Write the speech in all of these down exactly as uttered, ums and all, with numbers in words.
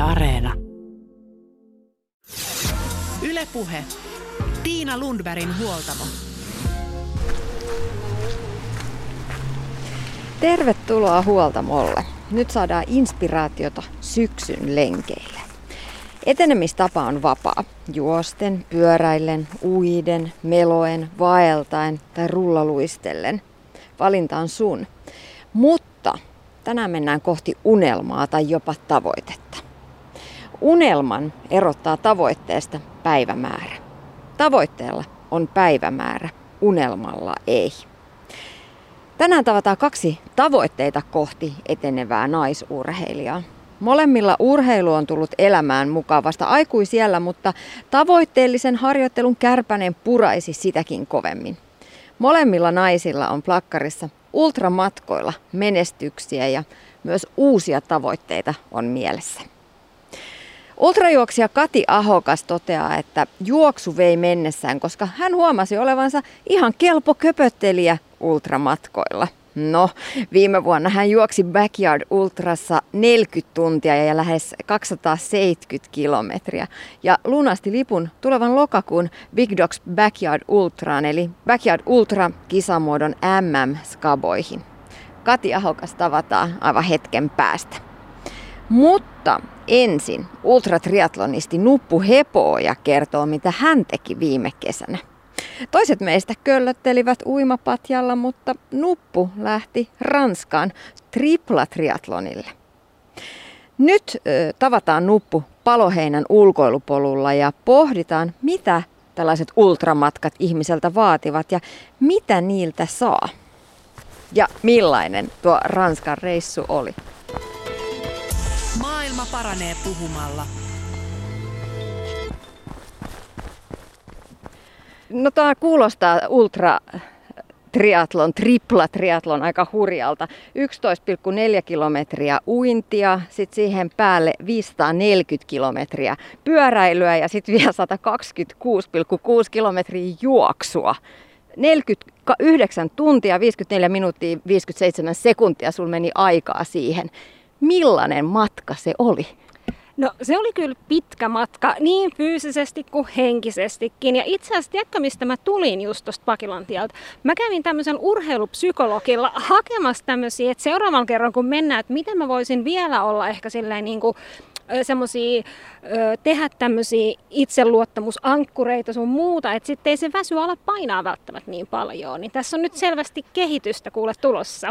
Areena. Yle Puhe. Tiina Lundbergin huoltamo. Tervetuloa huoltamolle. Nyt saadaan inspiraatiota syksyn lenkeille. Etenemistapa on vapaa. Juosten, pyöräillen, uiden, meloen, vaeltaen tai rullaluistellen. Valinta on sun. Mutta tänään mennään kohti unelmaa tai jopa tavoitetta. Unelman erottaa tavoitteesta päivämäärä. Tavoitteella on päivämäärä, unelmalla ei. Tänään tavataan kaksi tavoitteita kohti etenevää naisurheilijaa. Molemmilla urheilu on tullut elämään mukaan vasta aikuisiällä, mutta tavoitteellisen harjoittelun kärpänen puraisi sitäkin kovemmin. Molemmilla naisilla on plakkarissa ultramatkoilla menestyksiä ja myös uusia tavoitteita on mielessä. Ultrajuoksija Kati Ahokas toteaa, että juoksu vei mennessään, koska hän huomasi olevansa ihan kelpo köpöttelijä ultramatkoilla. No, viime vuonna hän juoksi Backyard Ultrassa neljäkymmentä tuntia ja lähes kaksisataaseitsemänkymmentä kilometriä ja lunasti lipun tulevan lokakuun Big Dogs Backyard Ultraan eli Backyard Ultra kisamuodon M M-skaboihin. Kati Ahokas tavataan aivan hetken päästä. Mutta ensin ultratriatlonisti Nuppu Hepooja kertoo, mitä hän teki viime kesänä. Toiset meistä köllöttelivät uimapatjalla, mutta Nuppu lähti Ranskaan triplatriatlonille. Nyt ö, tavataan Nuppu Paloheinän ulkoilupolulla ja pohditaan, mitä tällaiset ultramatkat ihmiseltä vaativat ja mitä niiltä saa. Ja millainen tuo Ranskan reissu oli. Maailma paranee puhumalla. No tämä kuulostaa ultra triatlon, triplatriatlon aika hurjalta. yksitoista pilkku neljä kilometriä uintia, sitten siihen päälle viisisataaneljäkymmentä kilometriä pyöräilyä ja sitten vielä sata kaksikymmentäkuusi pilkku kuusi kilometriä juoksua. neljäkymmentäyhdeksän tuntia, viisikymmentäneljä minuuttia, viisikymmentäseitsemän sekuntia sulla meni aikaa siihen. Millainen matka se oli? No se oli kyllä pitkä matka niin fyysisesti kuin henkisestikin. Ja itse asiassa tiedätkö, mistä mä tulin just tuosta Pakilantialta? Mä kävin tämmöisen urheilupsykologilla hakemassa tämmöisiä, että seuraavan kerran kun mennään, että miten mä voisin vielä olla ehkä silleen niin kuin semmosia, tehdä tämmöisiä itseluottamusankkureita sun muuta, että sitten ei se väsy ala painaa välttämättä niin paljon. Niin tässä on nyt selvästi kehitystä kuule tulossa.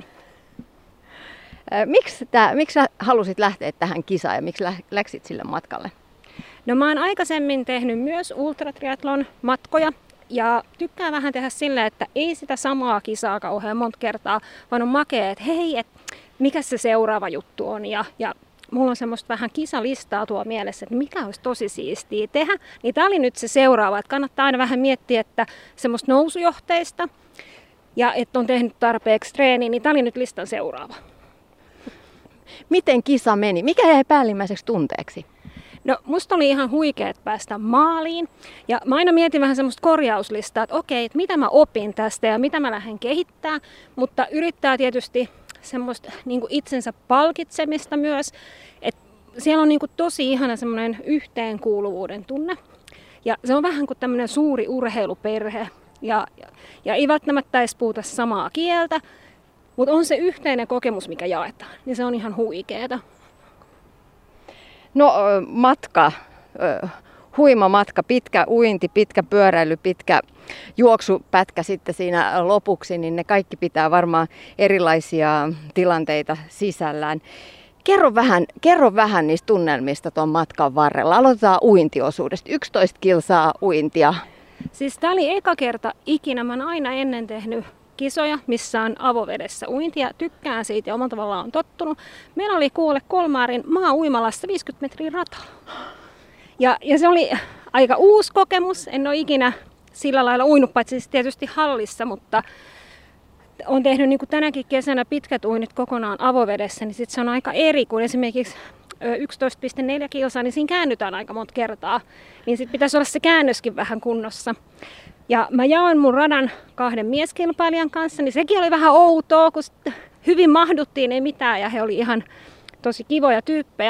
Miksi, tää, miksi sä halusit lähteä tähän kisaan ja miksi läksit sille matkalle? No mä oon aikaisemmin tehnyt myös ultratriathlon matkoja ja tykkään vähän tehdä silleen, että ei sitä samaa kisaa kauhean monta kertaa, vaan on makea, että hei, et mikä se seuraava juttu on ja, ja mulla on semmoista vähän kisalistaa tuo mielessä, että mikä olisi tosi siistiä tehdä. Niin tää oli nyt se seuraava, että kannattaa aina vähän miettiä, että semmoista nousujohteista ja että on tehnyt tarpeeksi treeniä, niin tää oli nyt listan seuraava. Miten kisa meni? Mikä jäi päällimmäiseksi tunteeksi? No musta oli ihan huikeet päästä maaliin ja mä aina mietin vähän semmoista korjauslistaa, että okei, että mitä mä opin tästä ja mitä mä lähden kehittämään, mutta yrittää tietysti semmoista niin kuin itsensä palkitsemista myös, että siellä on niin kuin tosi ihana semmoinen yhteenkuuluvuuden tunne ja se on vähän kuin tämmöinen suuri urheiluperhe ja, ja, ja ei välttämättä edes puhuta samaa kieltä, mutta on se yhteinen kokemus, mikä jaetaan, niin se on ihan huikeeta. No matka, huima matka, pitkä uinti, pitkä pyöräily, pitkä juoksupätkä sitten siinä lopuksi, niin ne kaikki pitää varmaan erilaisia tilanteita sisällään. Kerro vähän, kerro vähän niistä tunnelmista tuon matkan varrella. Aloitetaan uintiosuudesta. yksitoista kilsaa uintia. Siis tää oli eka kerta ikinä. Mä oon aina ennen tehnyt kisoja, missä on avovedessä uintia. Tykkään siitä ja omalla tavallaan on tottunut. Meillä oli kuule Kolmaarin maa-uimalassa viisikymmentä metriä rata. Ja, ja se oli aika uusi kokemus. En ole ikinä sillä lailla uinut, paitsi siis tietysti hallissa, mutta olen tehnyt niin kuin tänäkin kesänä pitkät uinnit kokonaan avovedessä, niin sit se on aika eri kuin esimerkiksi yksitoista pilkku neljä kilsaa, niin siinä käännytään aika monta kertaa. Niin sit pitäisi olla se käännöskin vähän kunnossa. Ja mä jaoin mun radan kahden mieskilpailijan kanssa, niin sekin oli vähän outoa, kun hyvin mahduttiin, ei mitään, ja he oli ihan tosi kivoja tyyppejä.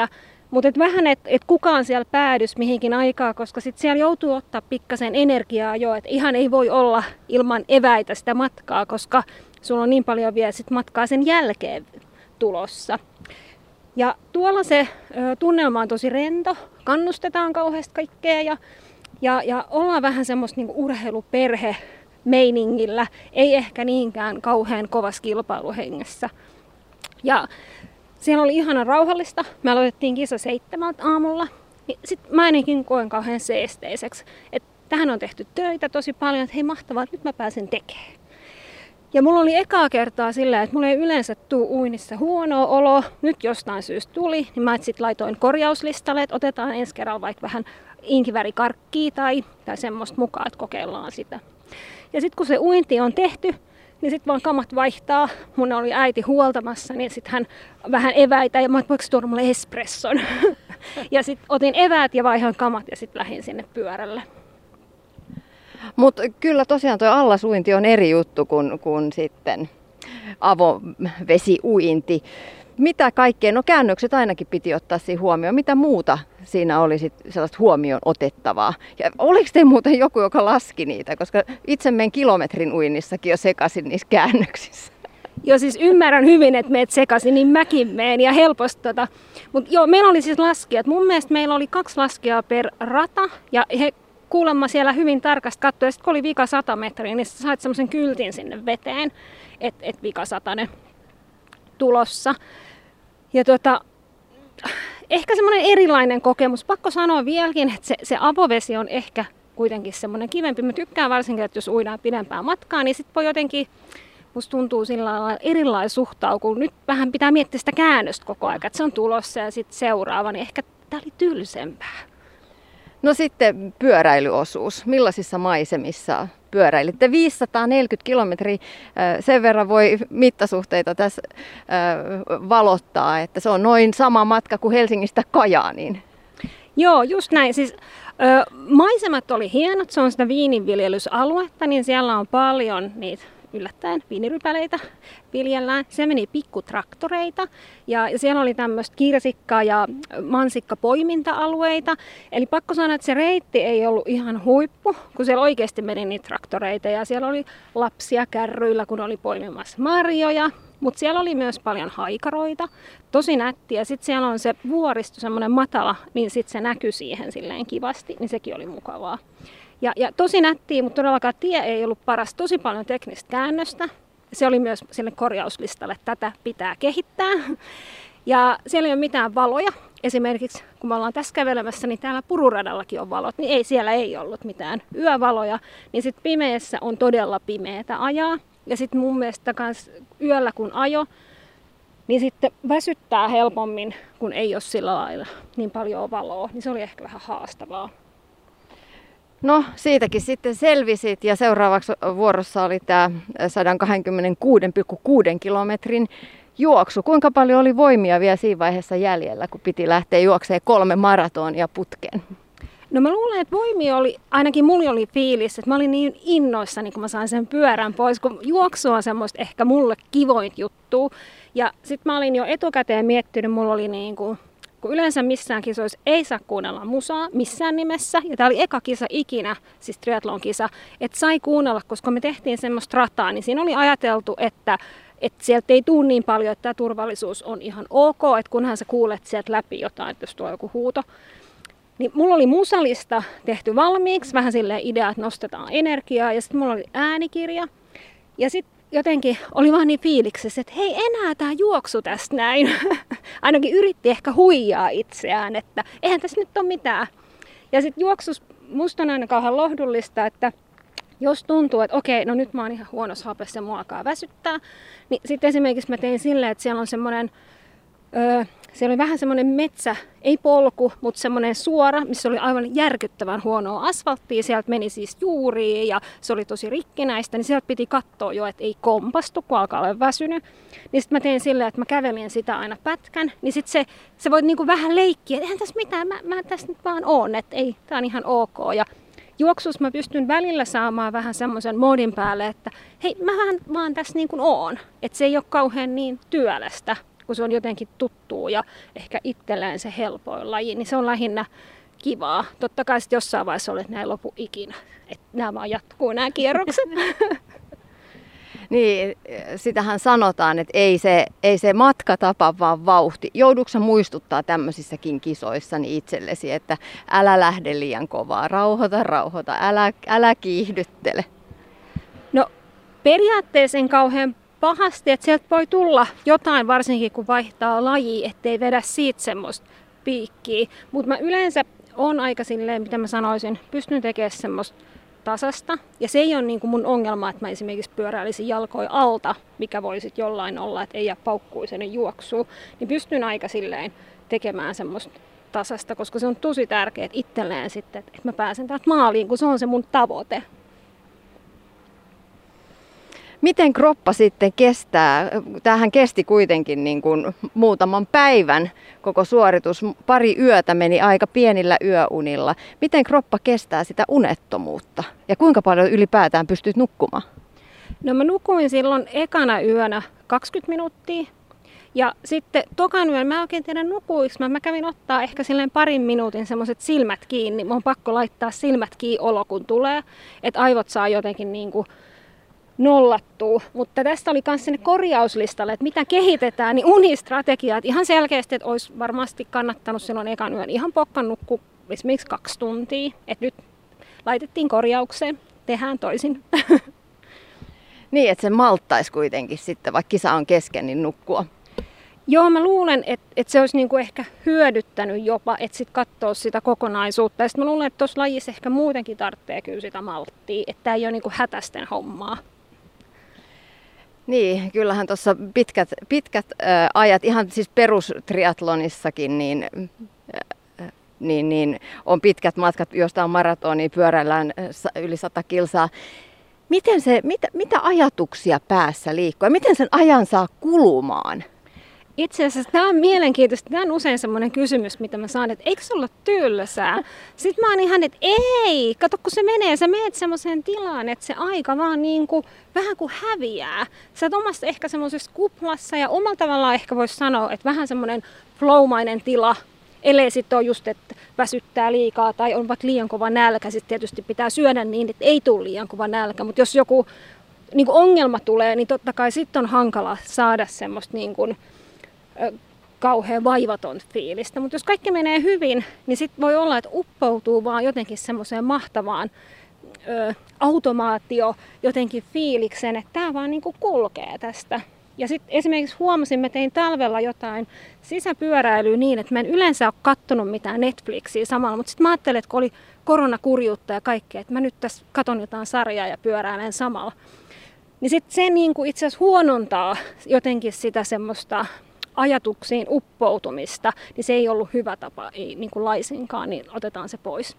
Mutta et vähän, että et kukaan siellä päädys mihinkin aikaa, koska sit siellä joutuu ottaa pikkasen energiaa jo, että ihan ei voi olla ilman eväitä sitä matkaa, koska sulla on niin paljon vielä sit matkaa sen jälkeen tulossa. Ja tuolla se ö, tunnelma on tosi rento, kannustetaan kauheasti kaikkea ja, ja, ja ollaan vähän semmoista niinku urheiluperhe meiningillä, ei ehkä niinkään kauhean kovassa kilpailuhengessä. Ja siellä oli ihana rauhallista. Me aloitettiin kisa seitsemältä aamulla. Niin sit mä ainakin koen kauhean seesteiseksi. Että tähän on tehty töitä tosi paljon, että hei mahtavaa, että nyt mä pääsen tekemään. Ja mulla oli ekaa kertaa sillä, että mulla ei yleensä tuu uinnissa huono olo. Nyt jostain syystä tuli, niin mä sit laitoin korjauslistalle, että otetaan ensi kerralla vaikka vähän inkivärikarkkia tai, tai semmoista mukaan, että kokeillaan sitä. Ja sitten kun se uinti on tehty, niin sitten vaan kamat vaihtaa. Mun oli äiti huoltamassa, niin sitten hän vähän eväitä ja mä oon, voiko tuoda mulle espresson? Ja sitten otin eväät ja vaihoin kamat ja sitten lähdin sinne pyörälle. Mutta kyllä tosiaan tuo allasuinti on eri juttu kuin, kuin sitten avovesiuinti. Mitä kaikkea? No käännökset ainakin piti ottaa siinä huomioon. Mitä muuta siinä oli sit sellaista huomioon otettavaa? Ja oliko te muuten joku, joka laski niitä? Koska itse menen kilometrin uinnissakin jo sekaisin niissä käännöksissä. Joo, siis ymmärrän hyvin, että meet sekaisin, niin mäkin meen ja helposti tota. Mutta joo, meillä oli siis laskijat. Mun mielestä meillä oli kaksi laskijaa per rata ja he kuulemma siellä hyvin tarkasti katsoi. Ja sitten kun oli vika sata metriä, niin sait semmoisen kyltin sinne veteen, että et vika satanen tulossa. Ja tota, ehkä semmoinen erilainen kokemus. Pakko sanoa vieläkin, että se, se avovesi on ehkä kuitenkin semmoinen kivempi. Mä tykkään varsinkin, että jos uidaan pidempää matkaa, niin sit voi jotenkin, musta tuntuu sillä lailla erilainen suhtautua, kun nyt vähän pitää miettiä sitä käännöstä koko ajan, että se on tulossa ja sitten seuraava, niin ehkä tää oli tylsempää. No sitten pyöräilyosuus. Millaisissa maisemissa pyöräilitte? viisisataaneljäkymmentä kilometriä, sen verran voi mittasuhteita tässä valottaa, että se on noin sama matka kuin Helsingistä Kajaaniin. Joo, just näin. Siis, ö, maisemat oli hienot, se on sitä viininviljelysaluetta, niin siellä on paljon niitä yllättäen viinirypäleitä viljellään. Se meni pikkutraktoreita ja, ja siellä oli tämmöistä kirsikka- ja mansikkapoiminta-alueita. Eli pakko sanoa, että se reitti ei ollut ihan huippu, kun siellä oikeasti meni niitä traktoreita ja siellä oli lapsia kärryillä, kun oli poimimassa marjoja. Mutta siellä oli myös paljon haikaroita, tosi nättiä. Sitten siellä on se vuoristo, semmoinen matala, niin sitten se näkyi siihen silleen kivasti, niin sekin oli mukavaa. Ja, ja tosi nättiä, mutta todellakaan tie ei ollut paras. Tosi paljon teknistä käännöstä. Se oli myös sille korjauslistalle, että tätä pitää kehittää. Ja siellä ei ole mitään valoja. Esimerkiksi kun me ollaan tässä kävelemässä, niin täällä pururadallakin on valot. Niin ei, siellä ei ollut mitään yövaloja. Niin sitten pimeässä on todella pimeätä ajaa. Ja sitten mun mielestä kans yöllä kun ajo, niin sitten väsyttää helpommin, kun ei ole sillä lailla niin paljon valoa. Niin se oli ehkä vähän haastavaa. No siitäkin sitten selvisit ja seuraavaksi vuorossa oli tämä sata kaksikymmentäkuusi pilkku kuusi kilometrin juoksu. Kuinka paljon oli voimia vielä siinä vaiheessa jäljellä, kun piti lähteä juoksemaan kolme maratonia putkeen? No mä luulen, että voimia oli, ainakin mulla oli fiilis, että mä olin niin innoissani, kun mä sain sen pyörän pois, kun juoksu on semmoista ehkä mulle kivoit juttu. Ja sit mä olin jo etukäteen miettinyt, mulla oli niin kuin, kun yleensä missään kisoissa ei saa kuunnella musaa missään nimessä. Ja tää oli eka kisa ikinä, siis triathlon kisa, että sai kuunnella, koska me tehtiin semmoista rataa, niin siinä oli ajateltu, että että sieltä ei tule niin paljon, että tämä turvallisuus on ihan ok, että kunhan sä kuulet sieltä läpi jotain, että jos tuo joku huuto. Niin mulla oli musalista tehty valmiiksi, vähän silleen idea, että nostetaan energiaa, ja sitten mulla oli äänikirja. Ja sitten jotenkin oli vaan niin fiiliksessä, että hei, enää tää juoksu tästä näin. Ainakin yritti ehkä huijaa itseään, että eihän tässä nyt ole mitään. Ja sitten juoksus musta on aina kauhean lohdullista, että jos tuntuu, että okei, no nyt mä oon ihan huonossa hapessa ja mua alkaa väsyttää, niin sitten esimerkiksi mä tein silleen, että siellä on semmoinen, öö, siellä oli vähän semmoinen metsä, ei polku, mutta semmoinen suora, missä oli aivan järkyttävän huonoa asfalttia. Sieltä meni siis juuriin ja se oli tosi rikkinäistä, niin sieltä piti katsoa jo, että ei kompastu, kun alkaa olla väsynyt. Niin sitten mä tein silleen, että mä kävelin sitä aina pätkän, niin sitten se, se voit niinku vähän leikkiä, että eihän tässä mitään, mä, mä tässä nyt vaan oon, että ei, tää on ihan ok. Ja juoksussa mä pystyn välillä saamaan vähän semmoisen moodin päälle, että hei, mä vähän vaan tässä niin kuin oon. Että se ei ole kauhean niin työlästä, kun se on jotenkin tuttuu ja ehkä itselleen se helpoin laji, niin se on lähinnä kivaa. Totta kai sitten jossain vaiheessa olet, että nämä ei lopu ikinä, että nämä vaan jatkuu nämä kierrokset. Niin, sitähän sanotaan, että ei se, ei se matka tapa, vaan vauhti. Joudutko muistuttaa tämmöisissäkin kisoissa niin itsellesi, että älä lähde liian kovaa, rauhoita, rauhoita, älä, älä kiihdyttele? No periaatteessa en kauhean pahasti, että sieltä voi tulla jotain, varsinkin kun vaihtaa lajia, ettei vedä siitä semmoista piikkiä. Mutta mä yleensä on aika silleen, mitä mä sanoisin, pystyn tekemään semmoista tasasta. Ja se ei ole niin kuin mun ongelma, että mä esimerkiksi pyöräilisin jalkoja alta, mikä voisi jollain olla, että ei jää paukkuisenen juoksuun. Niin pystyn aika silleen tekemään semmoista tasasta, koska se on tosi tärkeää itselleen sitten, että mä pääsen täältä maaliin, kun se on se mun tavoite. Miten kroppa sitten kestää? Tämähän kesti kuitenkin niin kuin muutaman päivän koko suoritus. Pari yötä meni aika pienillä yöunilla. Miten kroppa kestää sitä unettomuutta? Ja kuinka paljon ylipäätään pystyt nukkumaan? No mä nukuin silloin ekana yönä kaksikymmentä minuuttia. Ja sitten tokan yön, mä en oikein tiedä nukuiksi, mä, mä kävin ottaa ehkä silleen parin minuutin semmoiset silmät kiinni. Mä on pakko laittaa silmät kiinni olo kun tulee, että aivot saa jotenkin niinku nollattuu, mutta tästä oli myös sinne korjauslistalle, että mitä kehitetään, niin unistrategiat ihan selkeästi, että olisi varmasti kannattanut silloin ekan yön ihan pokkan nukkua esimerkiksi kaksi tuntia, että nyt laitettiin korjaukseen, tehdään toisin. Niin, että se malttaisi kuitenkin sitten, vaikka kisa on kesken, niin nukkua. Joo, mä luulen, että, että se olisi niinku ehkä hyödyttänyt jopa, että sitten katsoa sitä kokonaisuutta. Ja sitten mä luulen, että tuossa lajissa ehkä muutenkin tarvitsee kyllä sitä malttia, että tämä ei ole niinku hätäisten hommaa. Niin, kyllähän tuossa pitkät, pitkät ää, ajat, ihan siis perustriatlonissakin, niin, ää, niin, niin on pitkät matkat, joista on maratoni, pyöräillään yli sata kilsaa. Miten se, mitä, mitä ajatuksia päässä liikkuu ja miten sen ajan saa kulumaan? Itse asiassa tämä on mielenkiintoista. Tämä on usein semmoinen kysymys, mitä mä saan, että eikö se olla tylsää? Sitten mä oon ihan, että ei, kato kun se menee, sä menet semmoiseen tilaan, että se aika vaan niin kuin, vähän kuin häviää. Sä oot omassa ehkä semmoisessa kuplassa ja omalla tavallaan ehkä voisi sanoa, että vähän semmoinen flowmainen tila, ellei sitten ole just, että väsyttää liikaa tai on vaikka liian kova nälkä, sitten tietysti pitää syödä niin, että ei tule liian kova nälkä, mutta jos joku niin kuin ongelma tulee, niin totta kai sitten on hankala saada semmoista niin kuin kauhean vaivaton fiilistä, mutta jos kaikki menee hyvin, niin sitten voi olla, että uppoutuu vaan jotenkin semmoiseen mahtavaan ö, automaatio jotenkin fiiliksen, että tämä vaan niinku kulkee tästä. Ja sitten esimerkiksi huomasin, mä tein talvella jotain sisäpyöräilyä niin, että mä en yleensä ole kattonut mitään Netflixiä samalla, mutta sitten mä ajattelin, että kun oli koronakurjuutta ja kaikkea, että mä nyt tässä katon jotain sarjaa ja pyöräilen samalla. Niin sitten se niinku itse asiassa huonontaa jotenkin sitä semmoista ajatuksiin uppoutumista, niin se ei ollut hyvä tapa, ei niin kuin laisinkaan, niin otetaan se pois.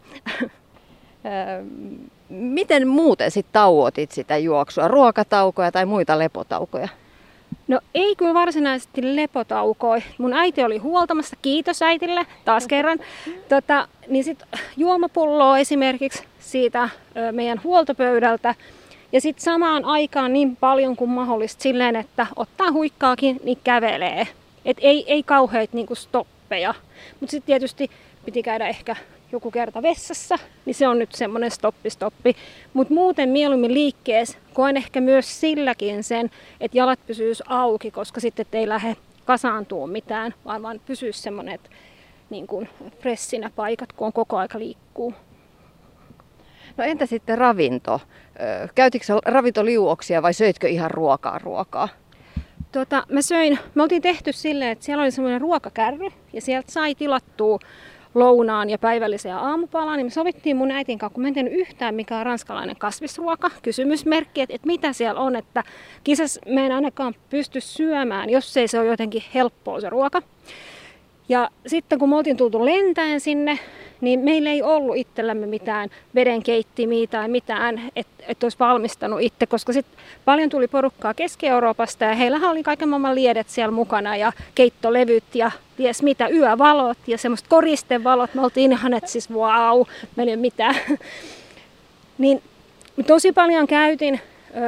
Miten muuten sit tauotit sitä juoksua? Ruokataukoja tai muita lepotaukoja? No ei kyllä varsinaisesti lepotaukoja. Mun äiti oli huoltamassa, kiitos äitille taas kerran. Tota, niin sit juomapulloa esimerkiksi siitä ö, meidän huoltopöydältä. Ja sitten samaan aikaan niin paljon kuin mahdollista silleen, että ottaa huikkaakin, niin kävelee. Et ei, ei kauheita niinku stoppeja. Mutta sitten tietysti piti käydä ehkä joku kerta vessassa, niin se on nyt semmoinen stoppi stoppi. Mutta muuten mieluummin liikkeessä koen ehkä myös silläkin sen, että jalat pysyis auki, koska sitten ei lähde kasaantua mitään, vaan vaan pysyisi semmoinen, että niin kuin freshinä paikat, kun on koko aika liikkuu. No entä sitten ravinto? Käytitkö ravintoliuoksia vai söitkö ihan ruokaa ruokaa? Tota, mä söin, me oltiin tehty silleen, että siellä oli semmoinen ruokakärry ja sieltä sai tilattua lounaan ja päivällisen ja aamupalaan, niin me sovittiin mun äitin kanssa, kun mä en tiennyt yhtään mikä on ranskalainen kasvisruoka, kysymysmerkki, että, että mitä siellä on, että kisassa mä en ainakaan pysty syömään, jos ei se ole jotenkin helppoa se ruoka. Ja sitten kun me oltiin tultu lentäen sinne, niin meillä ei ollut itsellämme mitään vedenkeittimiä tai mitään, että et olisi valmistanut itse, koska sitten paljon tuli porukkaa Keski-Euroopasta ja heillähän oli kaiken maailman liedet siellä mukana ja keittolevyt ja ties mitä, yövalot ja semmoista koristevalot. Me oltiin ihan, että siis vau, wow, meni mitään. Niin tosi paljon käytin ö,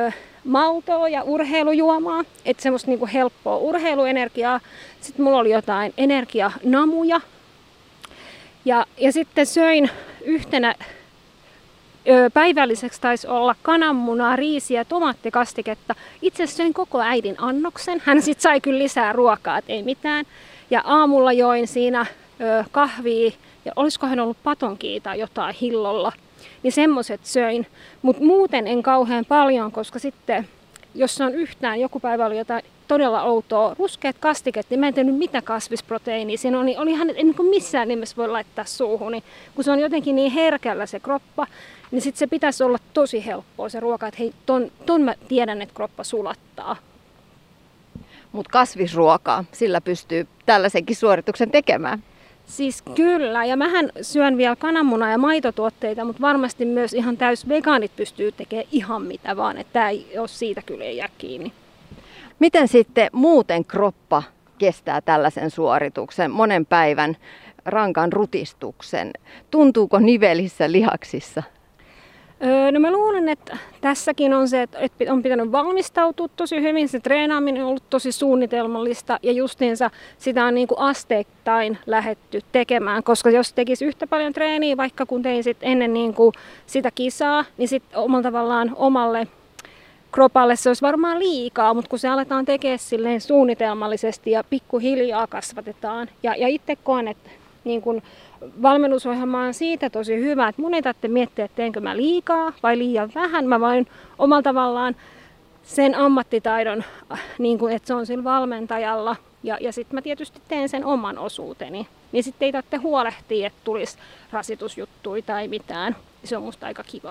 maltoa ja urheilujuomaa, että semmoista niinku helppoa urheiluenergiaa. Sitten mulla oli jotain energianamuja. Ja, ja sitten söin yhtenä ö, päivälliseksi taisi olla kananmunaa, riisiä ja tomaattikastiketta. Itse asiassa söin koko äidin annoksen. Hän sitten sai kyllä lisää ruokaa, et ei mitään. Ja aamulla join siinä ö, kahvia ja olisikohan ollut patonkia tai jotain hillolla. Niin semmoiset söin, mutta muuten en kauhean paljon, koska sitten jos on yhtään, joku päivä oli jotain todella outoa, ruskeat kastiket, niin mä en tehnyt mitä kasvisproteiinia siinä on, niin olihan, en niin missään nimessä voi laittaa suuhun, niin kun se on jotenkin niin herkällä se kroppa, niin sitten se pitäisi olla tosi helppoa se ruoka, että hei, ton, ton mä tiedän, että kroppa sulattaa. Mutta kasvisruokaa, sillä pystyy tällaisenkin suorituksen tekemään. Siis kyllä, ja mähän syön vielä kananmunaa ja maitotuotteita, mutta varmasti myös ihan täys vegaanit pystyy tekemään ihan mitä vaan, että tämä ei ole siitä kyllä ei jää kiinni. Miten sitten muuten kroppa kestää tällaisen suorituksen, monen päivän rankan rutistuksen? Tuntuuko nivelissä, lihaksissa? Öö, no mä luulen, että tässäkin on se, että on pitänyt valmistautua tosi hyvin. Se treenaaminen on ollut tosi suunnitelmallista ja justiinsa sitä on niin kuin asteittain lähdetty tekemään. Koska jos tekisi yhtä paljon treeniä, vaikka kun tein sit ennen niin kuin sitä kisaa, niin sitten omalla tavallaan omalle kropalle se olisi varmaan liikaa, mutta kun se aletaan tekemään silleen suunnitelmallisesti ja pikkuhiljaa kasvatetaan. Ja, ja itse koen, että niin kun valmennusohjelma on siitä tosi hyvä, että mun ei tarvitse miettiä, että teenkö mä liikaa vai liian vähän. Mä voin omalla tavallaan sen ammattitaidon, niin kun, että se on sillä valmentajalla. Ja, ja sitten mä tietysti teen sen oman osuuteni. Niin sitten ei tarvitse huolehtia, että tulisi rasitusjuttuja tai mitään. Se on musta aika kiva.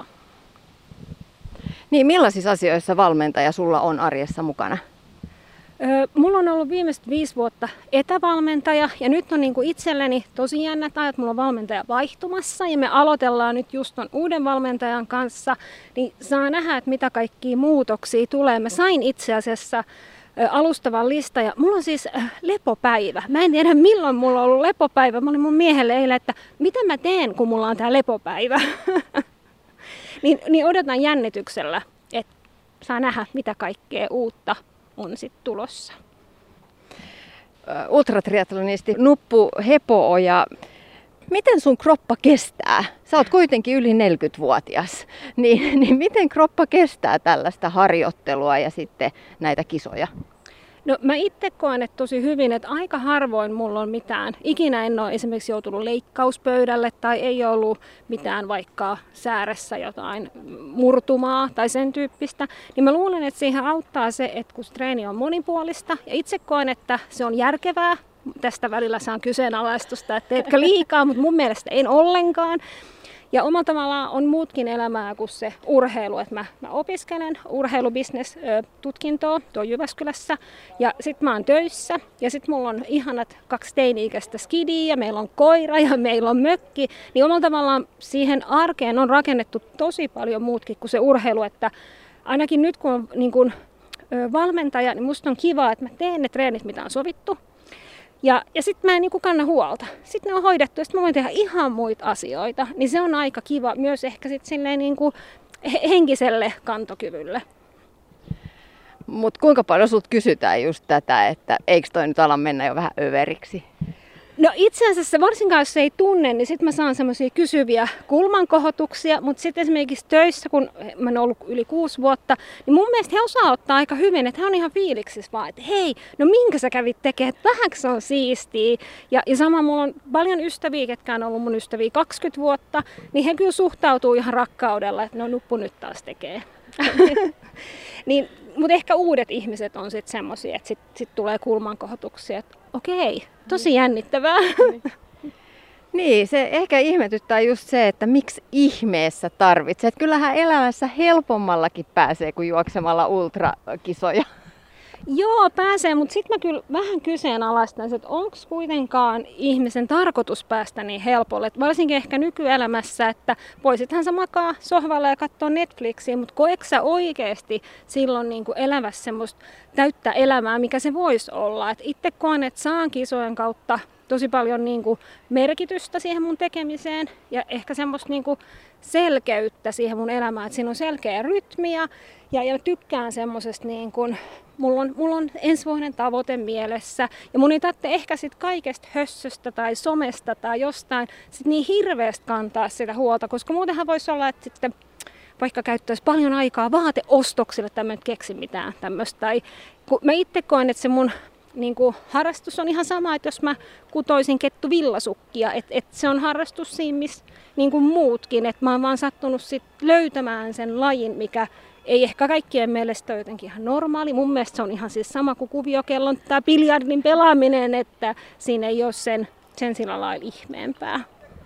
Niin, millaisissa asioissa valmentaja sulla on arjessa mukana? Öö, mulla on ollut viimeiset viisi vuotta etävalmentaja ja nyt on niinku itselleni tosi jännät ajat. Mulla on valmentaja vaihtumassa ja me aloitellaan nyt just ton uuden valmentajan kanssa. Niin saa nähdä, että mitä kaikkia muutoksia tulee. Mä sain itse asiassa ö, alustavan lista ja mulla on siis ö, lepopäivä. Mä en tiedä milloin mulla on ollut lepopäivä. Mä olin mun miehelle eilen, että mitä mä teen kun mulla on tää lepopäivä. Niin, niin odotan jännityksellä, että saa nähdä, mitä kaikkea uutta on sitten tulossa. Ultratriatlonisti Nuppu Hepooja, miten sun kroppa kestää? Sä oot kuitenkin yli neljäkymmentävuotias, niin, niin miten kroppa kestää tällaista harjoittelua ja sitten näitä kisoja? No mä itse koen, että tosi hyvin, että aika harvoin mulla on mitään. Ikinä en ole esimerkiksi joutunut leikkauspöydälle tai ei ollut mitään vaikka sääressä jotain murtumaa tai sen tyyppistä. Niin mä luulen, että siihen auttaa se, että kun treeni on monipuolista ja itse koen, että se on järkevää. Tästä välillä saan kyseenalaistusta, että teetkö liikaa, mutta mun mielestä en ollenkaan. Ja omalla tavallaan on muutkin elämää kuin se urheilu. Että mä, mä opiskelen urheilubisnes-tutkintoa tuo Jyväskylässä ja sit mä oon töissä ja sit mulla on ihanat kaksi teini-ikäistä skidiä ja meillä on koira ja meillä on mökki. Niin omalla tavallaan siihen arkeen on rakennettu tosi paljon muutkin kuin se urheilu. Että ainakin nyt kun on niin kun, ö, valmentaja, niin musta on kiva, että mä teen ne treenit, mitä on sovittu. Ja, ja sitten mä en niinku kanna huolta. Sitten ne on hoidettu ja sitten mä voin tehdä ihan muita asioita. Niin se on aika kiva myös ehkä sit silleen niinku henkiselle kantokyvylle. Mutta kuinka paljon sut kysytään just tätä, että eikö toi nyt ala mennä jo vähän överiksi? No itse asiassa varsinkaan jos se ei tunne, niin sitten mä saan semmoisia kysyviä kulmankohotuksia, mutta sitten esimerkiksi töissä, kun mä oon ollut yli kuusi vuotta, niin mun mielestä he osaa ottaa aika hyvin, että he on ihan fiiliksissä vaan, että hei, no minkä sä kävit tekemään, että vähänkö se on siistiä. Ja, ja sama mulla on paljon ystäviä, ketkä on ollut mun ystäviä kaksikymmentä vuotta, niin he kyllä suhtautuu ihan rakkaudella, että no Nuppu nyt taas tekee. Niin, mutta ehkä uudet ihmiset on sitten semmoisia, että sitten sit tulee kulmankohotuksia, että okei, tosi jännittävää. Niin, se ehkä ihmetyttää just se, että miksi ihmeessä tarvitset. Kyllähän elämässä helpommallakin pääsee kuin juoksemalla ultrakisoja. Joo, pääsee, mutta sitten mä kyllä vähän kyseenalaistan, että onko kuitenkaan ihmisen tarkoitus päästä niin helpolle. Et varsinkin ehkä nykyelämässä, että voisithan sä makaa sohvalla ja katsoa Netflixiä, mutta koetko sä oikeasti silloin niin kuin elävässä semmoista täyttä elämää, mikä se voisi olla. Et itse koen, että saan kisojen kautta tosi paljon niin kuin merkitystä siihen mun tekemiseen ja ehkä semmoista niin kuin selkeyttä siihen mun elämään, että siinä on selkeä rytmi ja, ja, ja tykkään semmoisesta niin kuin, mulla on, mulla on ensivuoden tavoite mielessä ja mun ei tarvitse ehkä sit kaikesta hössöstä tai somesta tai jostain sit niin hirveästi kantaa sitä huolta, koska muutenhan voisi olla, että sitten vaikka käyttäisi paljon aikaa vaateostoksille, että mä en keksi mitään tämmöistä. Tai kun mä itse koen, että se mun niin kuin, harrastus on ihan sama, että jos mä kutoisin kettu villasukkia, että, että se on harrastus siinä, missä niin kuin muutkin. Että mä oon vaan sattunut sit löytämään sen lajin, mikä ei ehkä kaikkien mielestä ole jotenkin ihan normaali. Mun mielestä se on ihan siis sama kuin kuviokellon tai biljardin pelaaminen, että siinä ei ole sen, sen sillä lailla ihmeempää.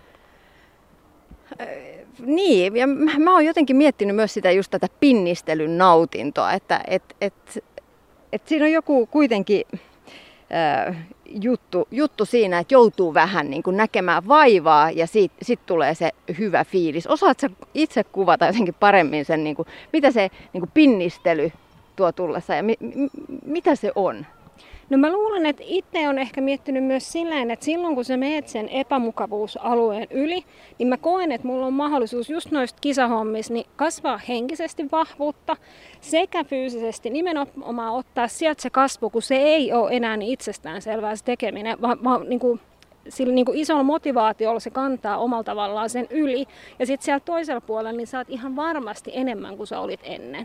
Niin, ja mä oon jotenkin miettinyt myös sitä just tätä pinnistelyn nautintoa, että et, et, et siinä on joku kuitenkin äh, juttu, juttu siinä, että joutuu vähän niin kuin näkemään vaivaa ja siitä sit tulee se hyvä fiilis. Osaatko itse kuvata jotenkin paremmin sen, niin kuin, mitä se niin kuin pinnistely tuo tullessa ja mi, mi, mitä se on? No mä luulen, että itse on ehkä miettinyt myös silleen, että silloin kun sä meet sen epämukavuusalueen yli, niin mä koen, että mulla on mahdollisuus just noista kisahommissa niin kasvaa henkisesti vahvuutta sekä fyysisesti nimenomaan ottaa sieltä se kasvu, kun se ei ole enää niin itsestäänselvää se tekeminen, vaan, vaan niin kuin, sillä niin kuin isolla motivaatiolla se kantaa omalla tavallaan sen yli. Ja sitten siellä toisella puolella niin sä oot ihan varmasti enemmän kuin sä olit ennen.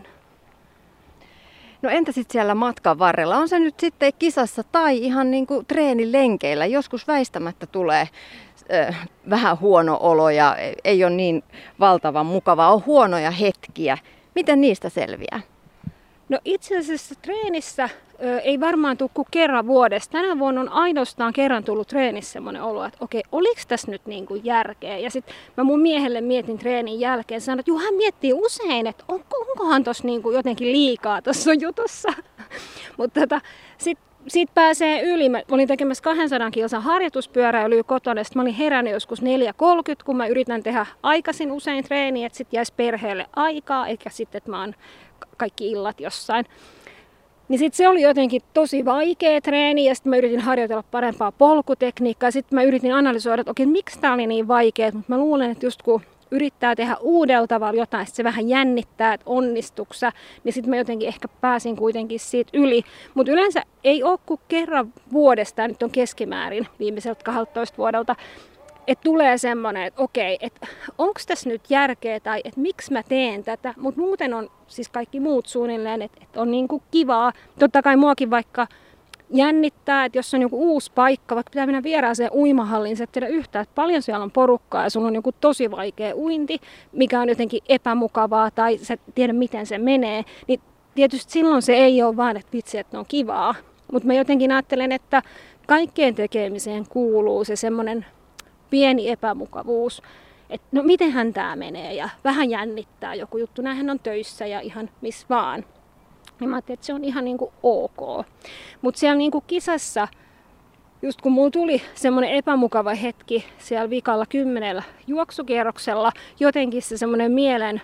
No entä sitten siellä matkan varrella? On se nyt sitten kisassa tai ihan niin kuin treenilenkeillä? Joskus väistämättä tulee ö, vähän huono olo ja ei ole niin valtavan mukavaa. On huonoja hetkiä. Miten niistä selviää? No itse asiassa treenissä ö, ei varmaan tule kuin kerran vuodessa. Tänä vuonna on ainoastaan kerran tullut treenissä semmoinen olo, että okei, oliko tässä nyt niin kuin järkeä? Ja sitten mä mun miehelle mietin treenin jälkeen, sanoin, että juu, hän miettii usein, että onko, onkohan tuossa niin kuin jotenkin liikaa tuossa jutussa. Mutta tota, sitten siitä pääsee yli. Mä olin tekemässä kaksisataa kilsan harjoituspyöräilyä kotona, sitten mä olin herännyt joskus neljä kolmekymmentä, kun mä yritän tehdä aikaisin usein treeniä, että sitten jäisi perheelle aikaa, eikä sitten, että mä oon kaikki illat jossain. Niin sitten se oli jotenkin tosi vaikea treeni ja sitten mä yritin harjoitella parempaa polkutekniikkaa. Sitten mä yritin analysoida, että okei, miksi tää oli niin vaikea, mutta mä luulen, että just kun yrittää tehdä uudella tavalla jotain, sitten se vähän jännittää, että onnistuksa, niin sitten mä jotenkin ehkä pääsin kuitenkin siitä yli. Mutta yleensä ei ole kuin kerran vuodesta, ja nyt on keskimäärin viimeiseltä kaksitoista vuodelta, että tulee semmoinen, että okei, että onko tässä nyt järkeä tai että miksi mä teen tätä, mutta muuten on siis kaikki muut suunnilleen, että, että on niinku kivaa. Totta kai muakin vaikka jännittää, että jos on joku uusi paikka, vaikka pitää mennä vieraaseen uimahalliin, sä et tiedä yhtään, että paljon siellä on porukkaa ja sulla on joku tosi vaikea uinti, mikä on jotenkin epämukavaa tai sä et tiedä miten se menee, niin tietysti silloin se ei ole vaan, että vitsi, että on kivaa. Mutta mä jotenkin ajattelen, että kaikkeen tekemiseen kuuluu se semmoinen pieni epämukavuus, että no mitenhän tämä menee ja vähän jännittää joku juttu, näinhän on töissä ja ihan missä vaan. Niin mä ajattelin, että se on ihan niin kuin ok. Mutta siellä niin kuin kisassa, just kun mulla tuli semmoinen epämukava hetki siellä vikalla kymmenellä juoksukierroksella, jotenkin se semmoinen mielen,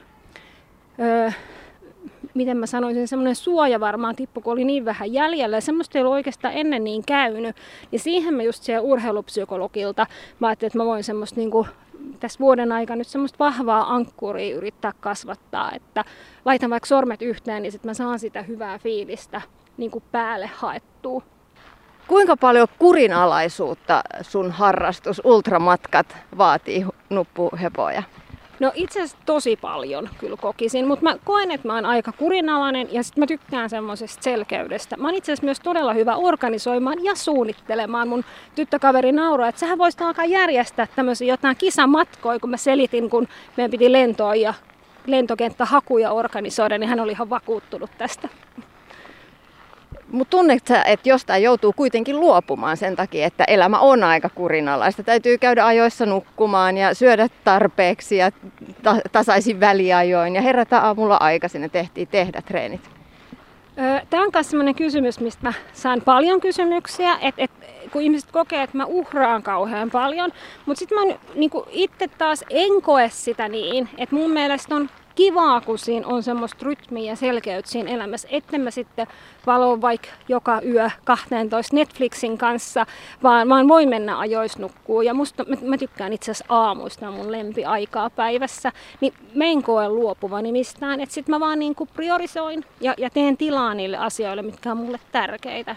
öö, miten mä sanoisin, semmoinen suoja varmaan tippu, kun oli niin vähän jäljellä. Ja semmoista ei ollut oikeastaan ennen niin käynyt. Ja siihen mä just siellä urheilupsykologilta, mä ajattelin, että mä voin semmoista niin kuin tässä vuoden aikana nyt semmoista vahvaa ankkuria yrittää kasvattaa, että laitan vaikka sormet yhteen, niin sitten mä saan sitä hyvää fiilistä niin kuin päälle haettua. Kuinka paljon kurinalaisuutta sun harrastus, ultramatkat vaatii, nuppuhepoja? No itse asiassa tosi paljon kyllä kokisin, mutta mä koen, että mä oon aika kurinalainen ja sitten mä tykkään semmoisesta selkeydestä. Mä oon itse asiassa myös todella hyvä organisoimaan ja suunnittelemaan. Mun tyttökaveri nauroi, että sähän voisit alkaa järjestää tämmöisiä jotain kisamatkoja, kun mä selitin, kun meidän piti lentoa ja lentokenttähakuja organisoida, niin hän oli ihan vakuuttunut tästä. Mutta tunnetko sä, että jostain joutuu kuitenkin luopumaan sen takia, että elämä on aika kurinalaista? Täytyy käydä ajoissa nukkumaan ja syödä tarpeeksi ja ta- tasaisin väliajoin ja herätä aamulla aikaisin ja tehtiin tehdä treenit. Tämä on myös sellainen kysymys, mistä mä saan paljon kysymyksiä, että et, kun ihmiset kokee, että mä uhraan kauhean paljon, mutta sitten mä niin itse taas en koe sitä niin, että mun mielestä on kivaa, kun siinä on semmoista rytmiä ja selkeyttä siinä elämässä, etten mä sitten valo vaikka joka yö kahteentoista Netflixin kanssa, vaan, vaan voi mennä ajoissa nukkuu. Ja musta, mä, mä tykkään itse asiassa aamuista, on mun lempiaikaa päivässä, niin mä en koe luopuvani mistään. Että sit mä vaan niinku priorisoin ja, ja teen tilaa niille asioille, mitkä on mulle tärkeitä.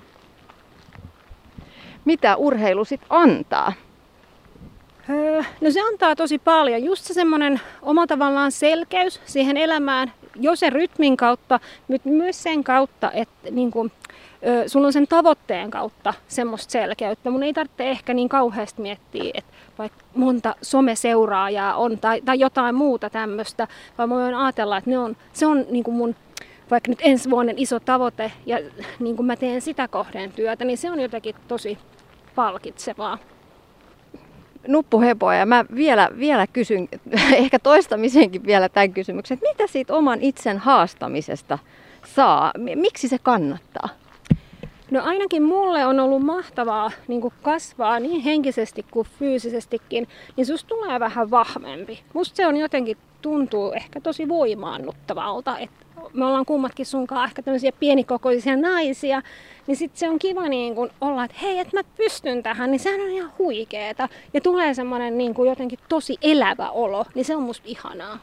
Mitä urheilu sit antaa? Öö, no se antaa tosi paljon. Just se semmoinen oma tavallaan selkeys siihen elämään, jo sen rytmin kautta, mutta myös sen kautta, että niin kun, ö, sulla on sen tavoitteen kautta semmoista selkeyttä. Mun ei tarvitse ehkä niin kauheasti miettiä, että vaikka monta someseuraajaa on tai, tai jotain muuta tämmöistä, vaan mä voin ajatella, että ne on, se on niin kun mun vaikka nyt ensi vuoden iso tavoite ja niin kun mä teen sitä kohden työtä, niin se on jotenkin tosi palkitsevaa. Nuppu Hepo, ja mä vielä, vielä kysyn, ehkä toistamisenkin vielä tämän kysymyksen, että mitä siitä oman itsen haastamisesta saa? Miksi se kannattaa? No ainakin mulle on ollut mahtavaa niin kuin kasvaa niin henkisesti kuin fyysisestikin, niin susta tulee vähän vahvempi. Musta se on jotenkin tuntuu ehkä tosi voimaannuttavalta, että me ollaan kummatkin sunkaan ehkä tämmöisiä pienikokoisia naisia, niin sitten se on kiva niin kun olla, että hei, että mä pystyn tähän, niin sehän on ihan huikeeta. Ja tulee semmoinen niin kuin jotenkin tosi elävä olo, niin se on musta ihanaa.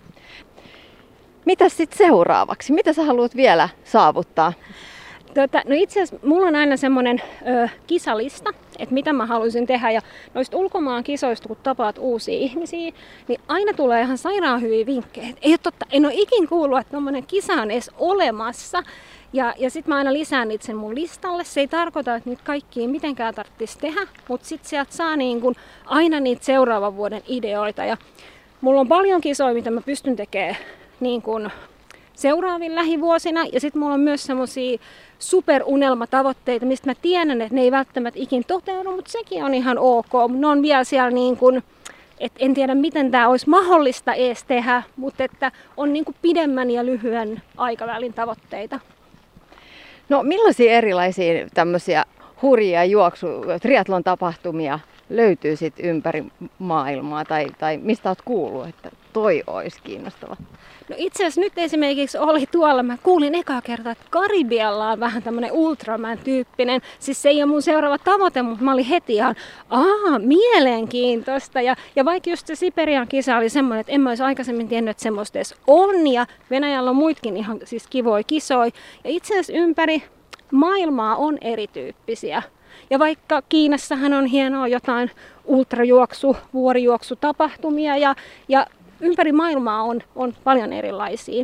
Mitä sitten seuraavaksi? Mitä sä haluat vielä saavuttaa? Tota, no itse asiassa mulla on aina semmoinen ö, kisalista, että mitä mä haluaisin tehdä. Ja noista ulkomaan kisoista, kun tapaat uusia ihmisiä, niin aina tulee ihan sairaan hyviä vinkkejä. Ei ole totta, en ole ikin kuullut, että tommoinen kisa on edes olemassa. Ja, ja sitten mä aina lisään niitä sen mun listalle. Se ei tarkoita, että niitä kaikkia mitenkään tarvitsisi tehdä, mutta sitten sieltä saa niin kun aina niitä seuraavan vuoden ideoita. Ja mulla on paljon kisoja, mitä mä pystyn tekemään niin kun seuraavin lähivuosina. Ja sitten mulla on myös semmosia superunelmatavoitteita, mistä mä tiedän, että ne ei välttämättä ikin toteudu, mutta sekin on ihan ok. Ne on vielä siellä niin kuin, että en tiedä miten tämä olisi mahdollista edes tehdä, mutta että on niin kuin pidemmän ja lyhyen aikavälin tavoitteita. No millaisia erilaisia tämmöisiä hurjia juoksu, triathlon tapahtumia löytyy sit ympäri maailmaa tai, tai mistä olet kuullut, että toi olisi kiinnostava? No itse asiassa nyt esimerkiksi oli tuolla, mä kuulin ekaa kertaa, että Karibialla on vähän tämmönen Ultraman-tyyppinen. Siis se ei ole mun seuraava tavoite, mutta mä olin heti ihan, aah, mielenkiintoista. Ja, ja vaikka just se Siperian kisa oli semmoinen, että en mä olisi aikaisemmin tiennyt, että semmoista edes on. Ja Venäjällä on muitkin ihan siis kivoja kisoja. Ja itse asiassa ympäri maailmaa on erityyppisiä. Ja vaikka Kiinassahan on hienoa jotain ultrajuoksu, vuorijuoksutapahtumia ja, ja ympäri maailmaa on, on paljon erilaisia.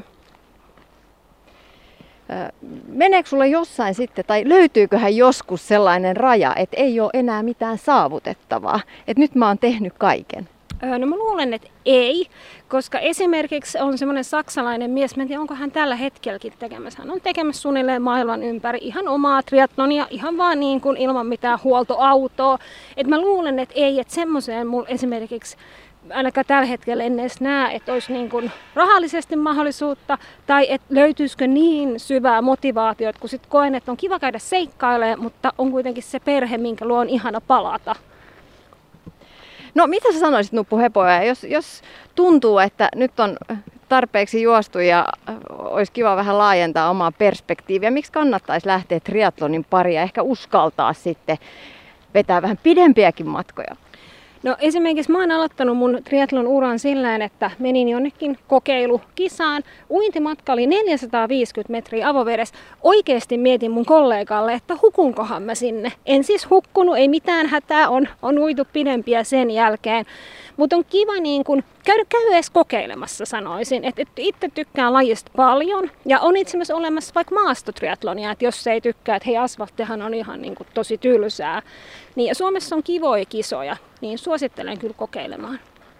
Meneekö sulla jossain sitten, tai löytyyköhän joskus sellainen raja, että ei ole enää mitään saavutettavaa, että nyt mä oon tehnyt kaiken? No mä luulen, että ei, koska esimerkiksi on semmoinen saksalainen mies, mä en tiedä, onko hän tällä hetkelläkin tekemässä. Hän on tekemässä suunnilleen maailman ympäri ihan omaa triathlonia, ihan vaan niin kuin ilman mitään huoltoautoa. Et mä luulen, että ei, että semmoiseen mulla esimerkiksi ainakaan tällä hetkellä en edes näe, että olisi niin kuin rahallisesti mahdollisuutta tai että löytyisikö niin syvää motivaatiota, kun sitten koen, että on kiva käydä seikkailemaan, mutta on kuitenkin se perhe, minkä luo on ihana palata. No mitä sä sanoisit, Nuppu Hepo, jos, jos tuntuu, että nyt on tarpeeksi juostu ja olisi kiva vähän laajentaa omaa perspektiiviä, miksi kannattaisi lähteä triathlonin pariin ja ehkä uskaltaa sitten vetää vähän pidempiäkin matkoja? No esimerkiksi mä oon aloittanut mun triathlon uran sillä, että menin jonnekin kokeilukisaan. Uintimatka oli neljäsataaviisikymmentä metriä avovedessä. Oikeesti mietin mun kollegalle, että hukunkohan mä sinne. En siis hukkunut, ei mitään hätää, on, on uitu pidempiä sen jälkeen. Mutta on kiva niin kun käydä, käydä edes kokeilemassa, sanoisin. Et, et itse tykkään lajista paljon ja on itse asiassa olemassa vaikka maastotriathlonia, että jos ei tykkää, että hei, asfalttihan on ihan niin kun tosi tylsää. Niin, ja Suomessa on kivoja kisoja, niin suosittelen kyllä kokeilemaan.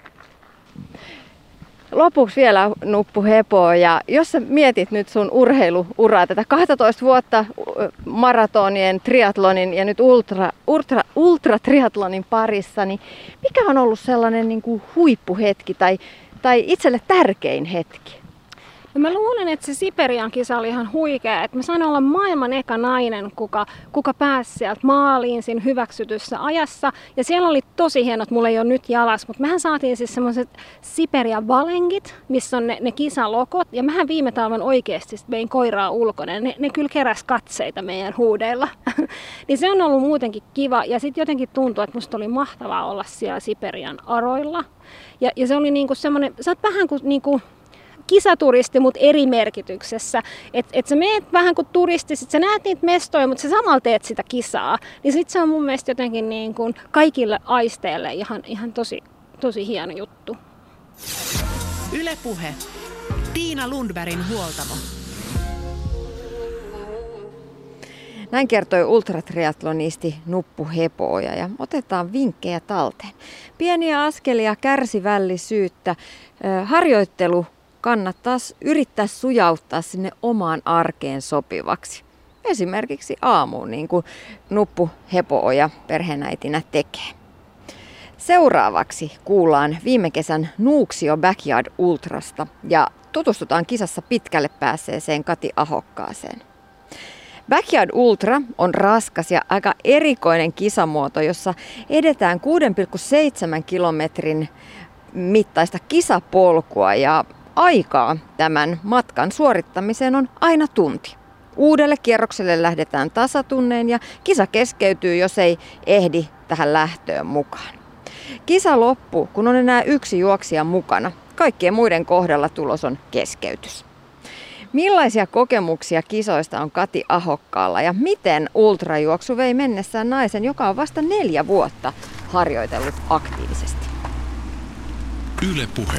Lopuksi vielä, Nuppu Hepo, ja jos sä mietit nyt sun urheiluuraa, tätä kaksitoista vuotta maratonien, triathlonin ja nyt ultra, ultra, ultratriathlonin parissa, niin mikä on ollut sellainen niin kuin huippuhetki tai, tai itselle tärkein hetki? No mä luulen, että se Siperian kisa oli ihan huikea. Että mä sain olla maailman eka nainen, kuka, kuka pääsi sieltä maaliin siinä hyväksytyssä ajassa. Ja siellä oli tosi hienot, mulla ei ole nyt jalas, mutta mehän saatiin siis semmoiset Siperian valengit, missä on ne, ne kisalokot. Ja mähän viime talven oikeasti vein koiraa ulkona. Ne, ne kyllä keräs katseita meidän huudeilla. Niin se on ollut muutenkin kiva. Ja sitten jotenkin tuntuu, että musta oli mahtavaa olla siellä Siperian aroilla. Ja, ja se oli niinku semmoinen, sä oot vähän kuin niinku kisaturisti, mutta eri merkityksessä. Että et sä meet vähän kuin turisti, sit sä näet niitä mestoja, mutta sä samalla teet sitä kisaa. Niin sit se on mun mielestä jotenkin niin kuin kaikille aisteille ihan, ihan tosi, tosi hieno juttu. Yle Puhe. Tiina Lundbergin huoltamo. Näin kertoi ultratriatlonisti Nuppu Hepooja ja otetaan vinkkejä talteen. Pieniä askelia, kärsivällisyyttä, harjoittelu kannattaa yrittää sujauttaa sinne omaan arkeen sopivaksi. Esimerkiksi aamuun, niin kuin Nuppu Hepooja perheenäitinä tekee. Seuraavaksi kuullaan viime kesän Nuuksio Backyard Ultrasta ja tutustutaan kisassa pitkälle päässeeseen Kati Ahokkaaseen. Backyard Ultra on raskas ja aika erikoinen kisamuoto, jossa edetään kuusi pilkku seitsemän kilometrin mittaista kisapolkua ja aikaa tämän matkan suorittamiseen on aina tunti. Uudelle kierrokselle lähdetään tasatunneen ja kisa keskeytyy, jos ei ehdi tähän lähtöön mukaan. Kisa loppuu, kun on enää yksi juoksija mukana. Kaikkien muiden kohdalla tulos on keskeytys. Millaisia kokemuksia kisoista on Kati Ahokkaalla ja miten ultrajuoksu vei mennessään naisen, joka on vasta neljä vuotta harjoitellut aktiivisesti? Yle Puhe.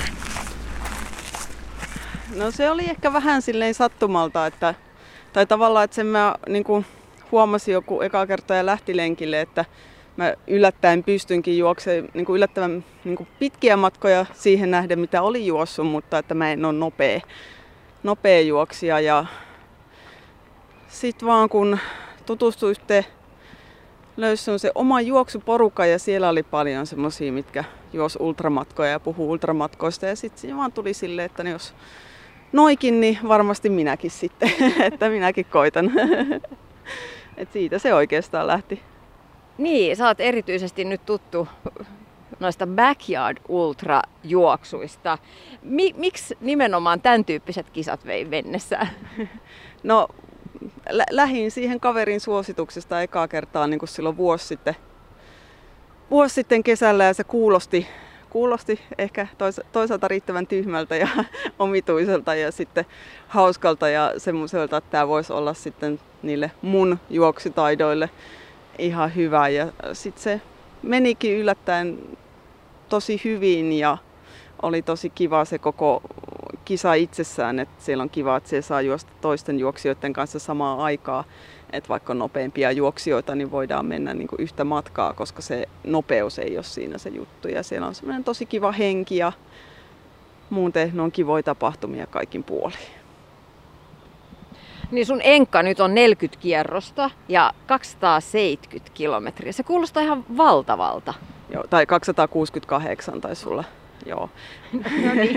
No se oli ehkä vähän silleen sattumalta, että, tai tavallaan, että sen mä niin kuin huomasin joku eka kertaa ja lähti lenkille, että mä yllättäen pystynkin juoksemaan niin kuin yllättävän niin kuin pitkiä matkoja siihen nähden, mitä oli juossut, mutta että mä en ole nopea, nopea juoksija. Ja sit vaan kun tutustuin sitten, löysin se oma juoksuporukka ja siellä oli paljon semmosia, mitkä juos ultramatkoja ja puhuu ultramatkoista. Ja sitten siinä vaan tuli silleen, että jos noikin, niin varmasti minäkin sitten, että minäkin koitan. Et siitä se oikeastaan lähti. Niin, sä oot erityisesti nyt tuttu noista Backyard Ultra-juoksuista. Mi- miksi nimenomaan tämän tyyppiset kisat vei mennessään? No, lä- lähin siihen kaverin suosituksesta ekaa kertaa niin kuin silloin vuosi sitten, vuosi sitten kesällä ja se kuulosti, kuulosti ehkä tois- toisaalta riittävän tyhmältä ja omituiselta ja sitten hauskalta ja semmoiselta, että tämä voisi olla sitten niille mun juoksutaidoille ihan hyvä. Ja sitten se menikin yllättäen tosi hyvin ja oli tosi kiva se koko kisa itsessään, että siellä on kiva, että se saa juosta toisten juoksijoiden kanssa samaan aikaa. Että vaikka on nopeampia juoksijoita, niin voidaan mennä niin kuin yhtä matkaa, koska se nopeus ei ole siinä se juttu. Ja siellä on semmoinen tosi kiva henki ja muuten ne on kivoja tapahtumia kaikin puolin. Niin sun enkka nyt on neljäkymmentä kierrosta ja kaksisataaseitsemänkymmentä kilometriä. Se kuulostaa ihan valtavalta. Joo, tai kaksisataakuusikymmentäkahdeksan taisi sulla. Joo. No niin.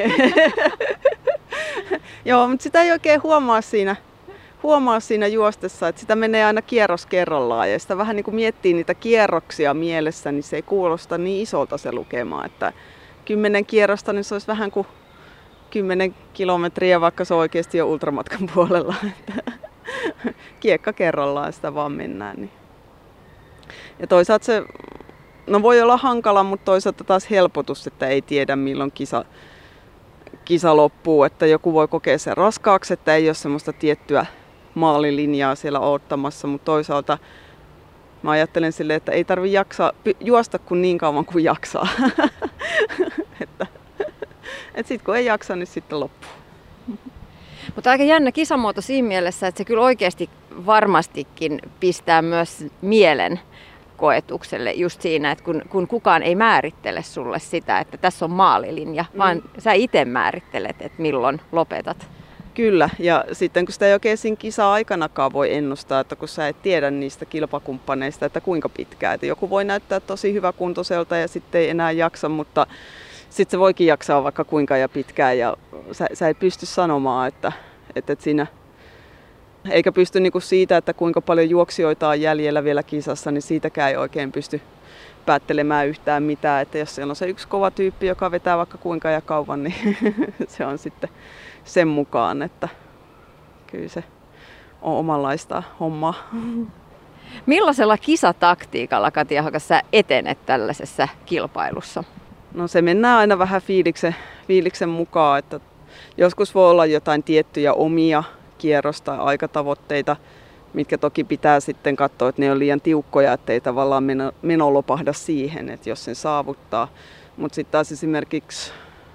Joo, mutta sitä ei oikein huomaa siinä, huomaa siinä juostessa, että sitä menee aina kierros kerrallaan. Ja sitä vähän niin kuin miettii niitä kierroksia mielessä, niin se ei kuulosta niin isolta se lukema. Että kymmenen kierrosta, niin se olisi vähän kuin kymmenen kilometriä, vaikka se oikeasti on ultramatkan puolella. Kiekka kerrallaan sitä vaan mennään. Niin. Ja toisaalta se no voi olla hankala, mutta toisaalta taas helpotus, että ei tiedä milloin kisa, kisa loppuu. Että joku voi kokea sen raskaaksi, että ei ole semmoista tiettyä maalilinjaa siellä odottamassa, mutta toisaalta mä ajattelen silleen, että ei tarvitse jaksaa, juosta kuin niin kauan kuin jaksaa. että et sitten kun ei jaksa, niin sitten loppuu. Mutta aika jännä kisamuoto siinä mielessä, että se kyllä oikeasti varmastikin pistää myös mielen koetukselle just siinä, että kun, kun kukaan ei määrittele sulle sitä, että tässä on maalilinja, mm. vaan sä itse määrittelet, että milloin lopetat. Kyllä, ja sitten kun sitä ei oikein siinä kisa-aikanakaan voi ennustaa, että kun sä et tiedä niistä kilpakumppaneista, että kuinka pitkään. Että joku voi näyttää tosi hyväkuntoiselta ja sitten ei enää jaksa, mutta sitten se voikin jaksaa vaikka kuinka ja pitkään ja sä, sä ei pysty sanomaan, että, että, että siinä, eikä pysty niinku siitä, että kuinka paljon juoksijoita on jäljellä vielä kisassa, niin siitäkään ei oikein pysty päättelemään yhtään mitään. Että jos siellä on se yksi kova tyyppi, joka vetää vaikka kuinka ja kauan, niin se on sitten sen mukaan, että kyllä se on omanlaista hommaa. Millaisella kisataktiikalla, Katja Hakas, sä etenet tällaisessa kilpailussa? No se mennään aina vähän fiiliksen, fiiliksen mukaan, että joskus voi olla jotain tiettyjä omia kierros- tai aikatavoitteita, mitkä toki pitää sitten katsoa, että ne on liian tiukkoja, ettei tavallaan meno, meno lopahda siihen, että jos sen saavuttaa. Mutta sitten taas esimerkiksi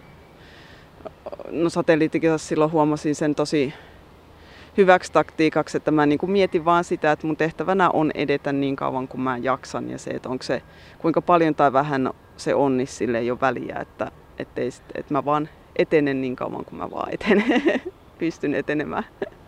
no satelliittikisassa silloin huomasin sen tosi hyväksi taktiikaksi, että mä niinku mietin vaan sitä, että mun tehtävänä on edetä niin kauan kuin mä jaksan ja se, että onko se kuinka paljon tai vähän se on, niin sille ei ole väliä, että, ettei, että mä vaan etenen niin kauan kuin mä vaan etenen, pystyn etenemään.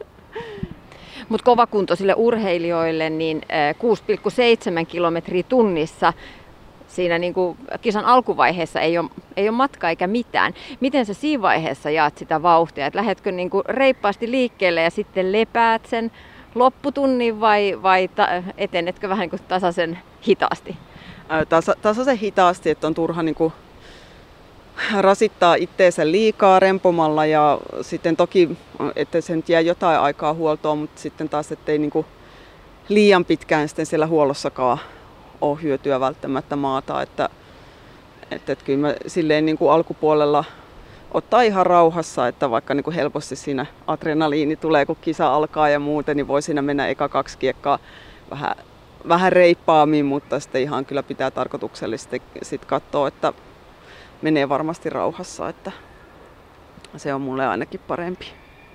Mutta kovakuntoisille urheilijoille niin kuusi pilkku seitsemän kilometriä tunnissa siinä niin kuin kisan alkuvaiheessa ei ole, ei ole matkaa eikä mitään. Miten sä siinä vaiheessa jaat sitä vauhtia? Et lähdetkö niin kuin reippaasti liikkeelle ja sitten lepäät sen lopputunnin vai, vai ta- etenetkö vähän niin kuin tasaisen hitaasti? Tasa, tasaisen hitaasti, että on turha niin kuin rasittaa itteensä liikaa rempomalla ja sitten toki, että sen nyt jää jotain aikaa huoltoon, mutta sitten taas, ettei niin kuin liian pitkään sitten siellä huollossakaan ole hyötyä välttämättä maata, että, että, että kyllä mä silleen niin kuin alkupuolella ottaa ihan rauhassa, että vaikka niin kuin helposti siinä adrenaliini tulee, kun kisa alkaa ja muuten, niin voi siinä mennä eka kaksi kiekkaa vähän, vähän reippaammin, mutta sitten ihan kyllä pitää tarkoituksellisesti sit katsoa, että menee varmasti rauhassa, että se on mulle ainakin parempi.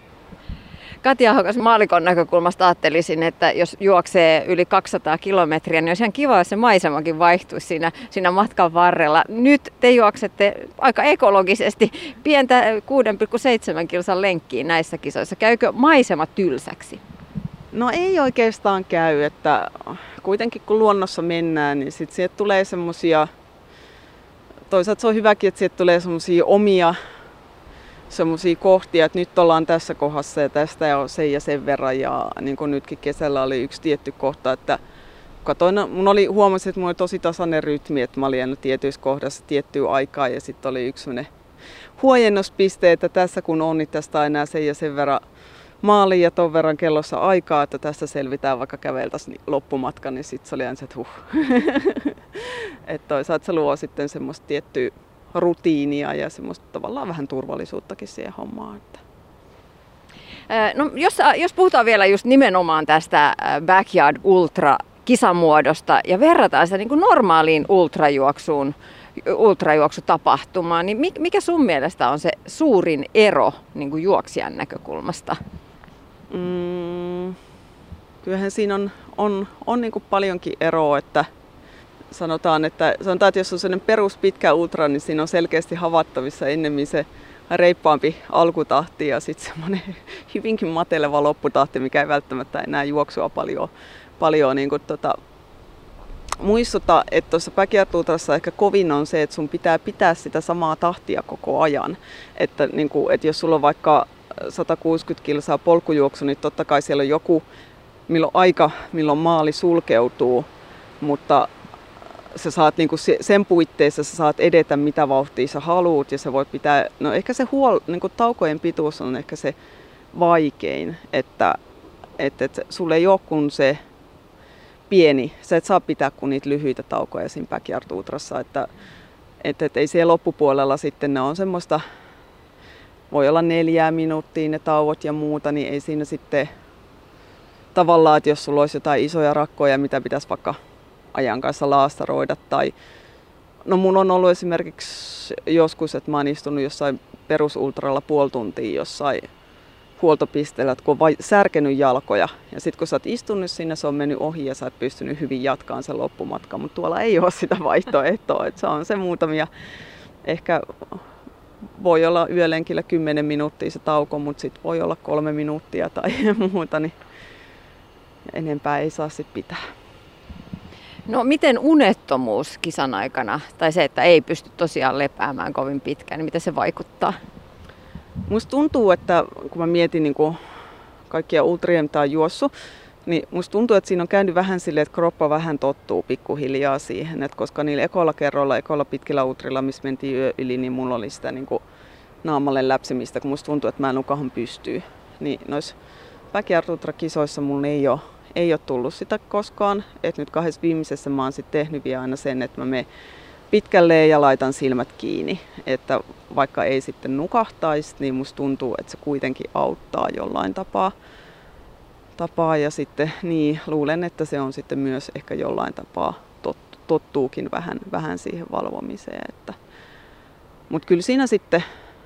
Katja Hakas, maalikon näkökulmasta ajattelisin, että jos juoksee yli kaksisataa kilometriä, niin olisi ihan kiva, jos se maisemakin vaihtuisi siinä, siinä matkan varrella. Nyt te juoksette aika ekologisesti pientä kuusi pilkku seitsemän kilsan lenkkiin näissä kisoissa. Käykö maisema tylsäksi? No ei oikeastaan käy, että kuitenkin kun luonnossa mennään, niin sitten sieltä tulee semmosia, toisaalta se on hyväkin, että sieltä tulee semmosia omia semmoisia kohtia, että nyt ollaan tässä kohdassa ja tästä ja sen ja sen verran. Ja niin kuin nytkin kesällä oli yksi tietty kohta, että katoin, mun oli, huomasin, että mulla oli tosi tasainen rytmi, että mä olin aina tietyissä kohdassa tiettyä aikaa ja sitten oli yksi semmoinen huojennuspiste, että tässä kun on, niin tästä enää sen ja sen verran maaliin ja ton verran kellossa aikaa, että tästä selvitään vaikka käveltäisiin loppumatka, niin sitten se oli aina se, että huh. Että toisaalta se luo sitten semmoista tiettyä rutiinia ja semmoista tavallaan vähän turvallisuuttakin siihen hommaan. Että. No, jos, jos puhutaan vielä just nimenomaan tästä Backyard Ultra kisamuodosta ja verrataan sitä niin kuin normaaliin ultrajuoksuun, ultrajuoksutapahtumaan, niin mikä sun mielestä on se suurin ero niin kuin juoksijan näkökulmasta? Mm, kyllähän siinä on, on, on niin kuin paljonkin eroa, että Sanotaan että, sanotaan, että jos on sellainen perus pitkä ultra, niin siinä on selkeästi havaittavissa ennemmin se reippaampi alkutahti ja sitten semmoinen hyvinkin mateleva lopputahti, mikä ei välttämättä enää juoksua paljon, paljon niin kuin tota, muistuta, että tuossa Backyard Ultrassa ehkä kovin on se, että sun pitää pitää sitä samaa tahtia koko ajan. Että, niin kuin, että jos sulla on vaikka sata kuusikymmentä kilsaa polkujuoksu, niin totta kai siellä on joku, milloin aika, milloin maali sulkeutuu, mutta sä saat niinku sen puitteissa sä saat edetä mitä vauhtia sä haluut ja sä voit pitää, no ehkä se huol, niinku taukojen pituus on ehkä se vaikein, että et, et sulle ei ole kun se pieni, sä et saa pitää kun niitä lyhyitä taukoja siinä Backyard Ultrassa, että et, et ei siellä loppupuolella sitten ne on semmoista, voi olla neljää minuuttia ne tauot ja muuta, niin ei siinä sitten tavallaan, että jos sulla olisi jotain isoja rakkoja, mitä pitäisi vaikka ajan kanssa laastaroida tai no mun on ollut esimerkiksi joskus, että mä oon istunut jossain perusultralla puoli tuntia jossain huoltopisteellä, kun on vai, särkenyt jalkoja ja sit kun sä oot istunut siinä, se on mennyt ohi ja sä oot pystynyt hyvin jatkaan sen loppumatkan, mutta tuolla ei ole sitä vaihtoehtoa, että se on se muutamia, ehkä voi olla yölenkillä kymmenen minuuttia se tauko, mutta sit voi olla kolme minuuttia tai muuta, niin enempää ei saa sit pitää. No miten unettomuus kisan aikana, tai se, että ei pysty tosiaan lepäämään kovin pitkään, niin miten se vaikuttaa? Musta tuntuu, että kun mä mietin niin kuin kaikkia ultrien, mitä on juossut, niin musta tuntuu, että siinä on käynyt vähän silleen, että kroppa vähän tottuu pikkuhiljaa siihen, että koska niillä ekoilla kerroilla, ekoilla pitkillä ultrilla, missä mentiin yö yli, niin mulla oli sitä niin kuin naamalle läpsimistä, kun musta tuntuu, että mä en nukahan pystyy. Niin noissa backyard ultra-kisoissa mulla ei ole, ei ole tullut sitä koskaan, että nyt kahdessa viimeisessä mä oon sitten tehnyt vielä aina sen, että mä menen pitkälle ja laitan silmät kiinni, että vaikka ei sitten nukahtaisi, niin musta tuntuu, että se kuitenkin auttaa jollain tapaa. tapaa ja sitten niin luulen, että se on sitten myös ehkä jollain tapaa tot, tottuukin vähän, vähän siihen valvomiseen. Että. Mut kyllä siinä sitten,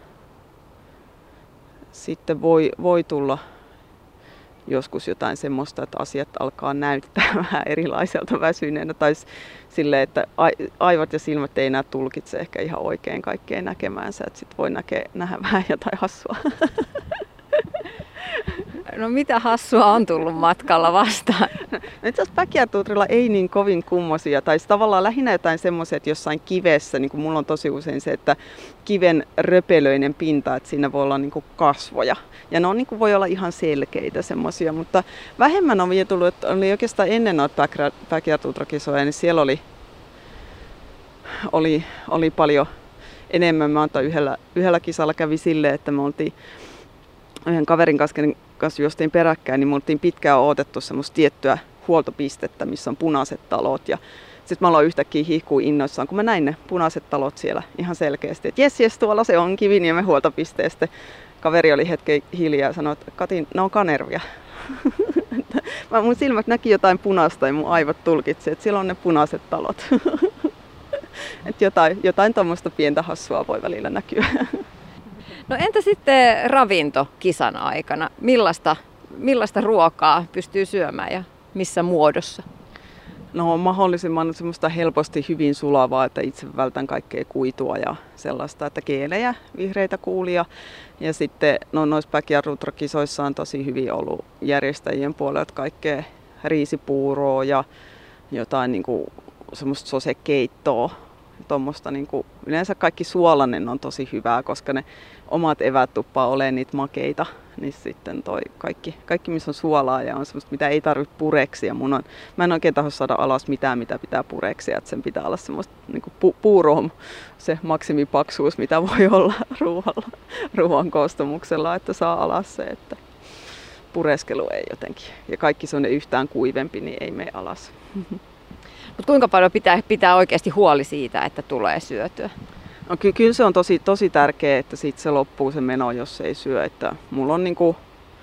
sitten voi, voi tulla joskus jotain semmoista, että asiat alkaa näyttää vähän erilaiselta väsyneenä tai silleen, että aivot ja silmät ei enää tulkitse ehkä ihan oikein kaikkea näkemäänsä, että sitten voi näke, nähdä vähän jotain hassua. No mitä hassua on tullut matkalla vastaan? No, itse asiassa backyard ultrilla ei niin kovin kummosia, tai tavallaan lähinnä jotain semmoisia, että jossain kivessä, niin kuin mulla on tosi usein se, että kiven röpelöinen pinta, että siinä voi olla niin kuin kasvoja. Ja ne on, niin kuin voi olla ihan selkeitä semmoisia, mutta vähemmän on vielä tullut, että oli oikeastaan ennen noita backyard ultrakisoja, niin siellä oli, oli, oli paljon enemmän. Mä antaa yhdellä, yhdellä kisalla kävi silleen, että me oltiin yhden kaverin kanssa juostiin peräkkäin, niin me oltiin pitkään odotettu semmoista tiettyä huoltopistettä, missä on punaiset talot. Ja sitten mä aloin yhtäkkiä hihkua innoissaan, kun mä näin ne punaiset talot siellä ihan selkeästi. Että jes, jes, tuolla se on Kiviniemen huoltopiste. Sitten kaveri oli hetken hiljaa ja sanoi, että Kati, ne on Kanervia. Mun silmät näki jotain punaista ja mun aivot tulkitsi, että siellä on ne punaiset talot. Että jotain, jotain tuommoista pientä hassua voi välillä näkyä. No entä sitten ravinto kisan aikana? Millaista, millaista ruokaa pystyy syömään ja missä muodossa? No mahdollisimman semmoista helposti hyvin sulavaa, että itse vältän kaikkea kuitua ja sellaista, että keelejä, vihreitä kuulia. Ja sitten no, noissa backyard ultrakisoissa on tosi hyvin ollut järjestäjien puolelta kaikkea riisipuuroa ja jotain niin kuin semmoista sosekeittoa. Tuommoista, niin kuin, yleensä kaikki suolainen on tosi hyvää, koska ne omat eväät tuppaa olemaan niitä makeita. Niin sitten toi kaikki, kaikki missä on suolaa ja on semmoista, mitä ei tarvitse pureksia. Mun on, mä en oikein tahdo saada alas mitään, mitä pitää pureksia. Että sen pitää olla semmoista niin kuin pu, puuroa, se maksimipaksuus, mitä voi olla ruoalla, ruoan koostumuksella, että saa alas se, että pureskelu ei jotenkin. Ja kaikki se on yhtään kuivempi, niin ei mene alas. Mutta kuinka paljon pitää, pitää oikeasti huoli siitä, että tulee syötyä? No ky- kyllä se on tosi, tosi tärkeää, että siitä se loppuu se meno, jos ei syö. Että mulla on niinku,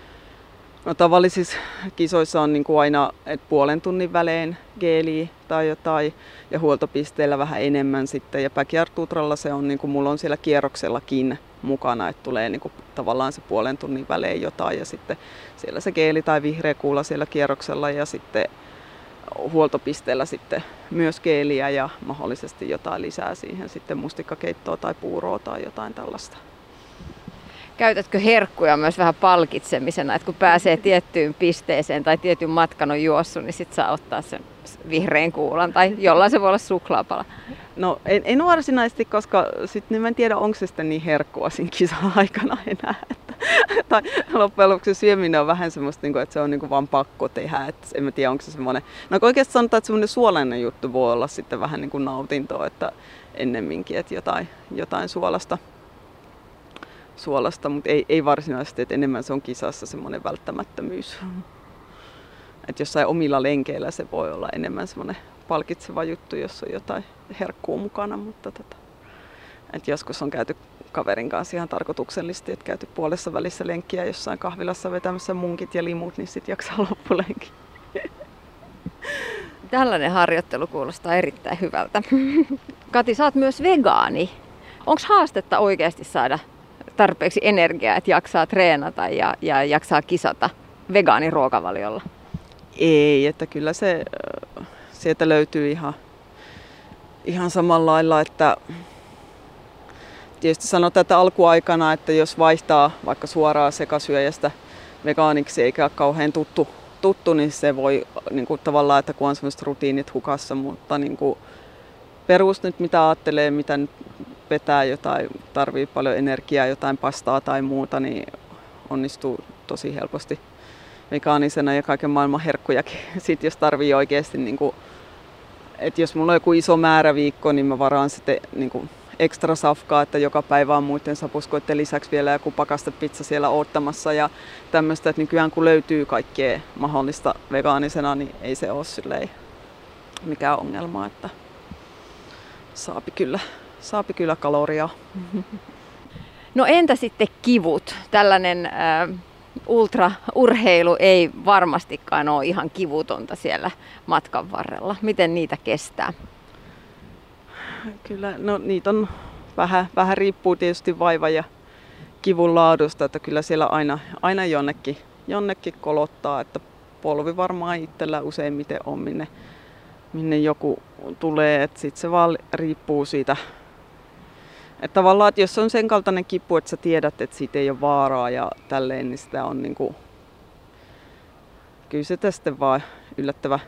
no tavallisissa kisoissa on niinku aina et puolen tunnin välein geeliä tai jotain ja huoltopisteellä vähän enemmän sitten. Ja backyard ultralla se on niinku, mulla on siellä kierroksellakin mukana, että tulee niinku tavallaan se puolen tunnin välein jotain ja sitten siellä se geeli tai vihreä kuula siellä kierroksella ja sitten huoltopisteellä sitten myös geeliä ja mahdollisesti jotain lisää siihen, sitten mustikkakeittoa tai puuroa tai jotain tällaista. Käytätkö herkkuja myös vähän palkitsemisena, että kun pääsee tiettyyn pisteeseen tai tietyn matkan on juossut, niin sitten saa ottaa sen vihreän kuulan tai jollain se voi olla suklaapala? No en, en varsinaisesti, koska sitten en tiedä, onko se sitten niin herkkua siinä kisan aikana enää. Että, tai loppujen lopuksi syöminen on vähän semmoista, että se on vaan pakko tehdä. Että en mä tiedä, onko se semmoinen. No oikeasti sanotaan, että semmoinen suolainen juttu voi olla sitten vähän niin kuin nautintoa, että ennemminkin, että jotain, jotain suolasta. suolasta, mutta ei, ei varsinaisesti, että enemmän se on kisassa semmoinen välttämättömyys. Että jossain omilla lenkeillä se voi olla enemmän semmoinen palkitseva juttu, jos on jotain herkkuu mukana, mutta tota, että joskus on käyty kaverin kanssa ihan tarkoituksellisesti, että käyty puolessa välissä lenkkiä jossain kahvilassa vetämässä munkit ja limut, niin sitten jaksaa loppulenkin. Tällainen harjoittelu kuulostaa erittäin hyvältä. Kati, sä oot myös vegaani. Onko haastetta oikeasti saada tarpeeksi energiaa, että jaksaa treenata ja, ja jaksaa kisata vegaaniruokavaliolla? Ei, että kyllä se sieltä löytyy ihan, ihan samalla lailla, että tietysti sanotaan, että alkuaikana, että jos vaihtaa vaikka suoraan sekasyöjästä vegaaniksi eikä ole kauhean tuttu, tuttu, niin se voi niin kuin tavallaan, että kun on sellaiset rutiinit hukassa, mutta niin kuin perus nyt mitä ajattelee, mitä nyt vetää jotain, tarvii paljon energiaa, jotain pastaa tai muuta, niin onnistuu tosi helposti vegaanisena ja kaiken maailman herkkujakin. Sitten jos tarvii oikeasti, niin kuin, että jos mulla on joku iso määrä viikko, niin mä varaan sitten niin kuin ekstra safkaa, että joka päivä on muiden sapuskoiden lisäksi vielä joku pakastepizza siellä odottamassa ja tämmöistä, että nykyään kun löytyy kaikkea mahdollista vegaanisena, niin ei se ole silleen mikään ongelma, että saapi kyllä, saapi kyllä kaloria. No entä sitten kivut? Tällainen äh, ultraurheilu ei varmastikaan ole ihan kivutonta siellä matkan varrella. Miten niitä kestää? Kyllä, no niitä on vähän, vähän riippuu tietysti vaiva ja kivun laadusta, että kyllä siellä aina, aina jonnekin, jonnekin kolottaa, että polvi varmaan itsellä useimmiten on, minne, minne joku tulee, että sitten se vaan riippuu siitä, että tavallaan, että jos on sen kaltainen kipu, että sä tiedät, että siitä ei ole vaaraa ja tälleen, niin sitä on niinku, kyllä se tästä vaan yllättävä.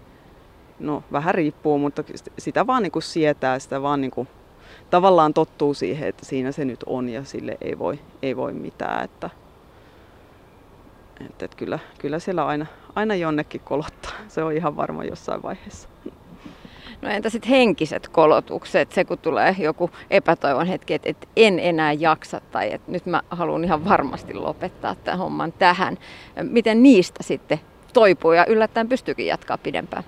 No vähän riippuu, mutta sitä vaan niinku sietää, sitä vaan niinku tavallaan tottuu siihen, että siinä se nyt on ja sille ei voi, ei voi mitään. Että, että, että kyllä, kyllä siellä aina, aina jonnekin kolottaa, se on ihan varma jossain vaiheessa. No entä sitten henkiset kolotukset, se kun tulee joku epätoivon hetki, että, että en enää jaksa tai että nyt mä haluan ihan varmasti lopettaa tämän homman tähän. Miten niistä sitten toipuu ja yllättäen pystyykin jatkaa pidempään?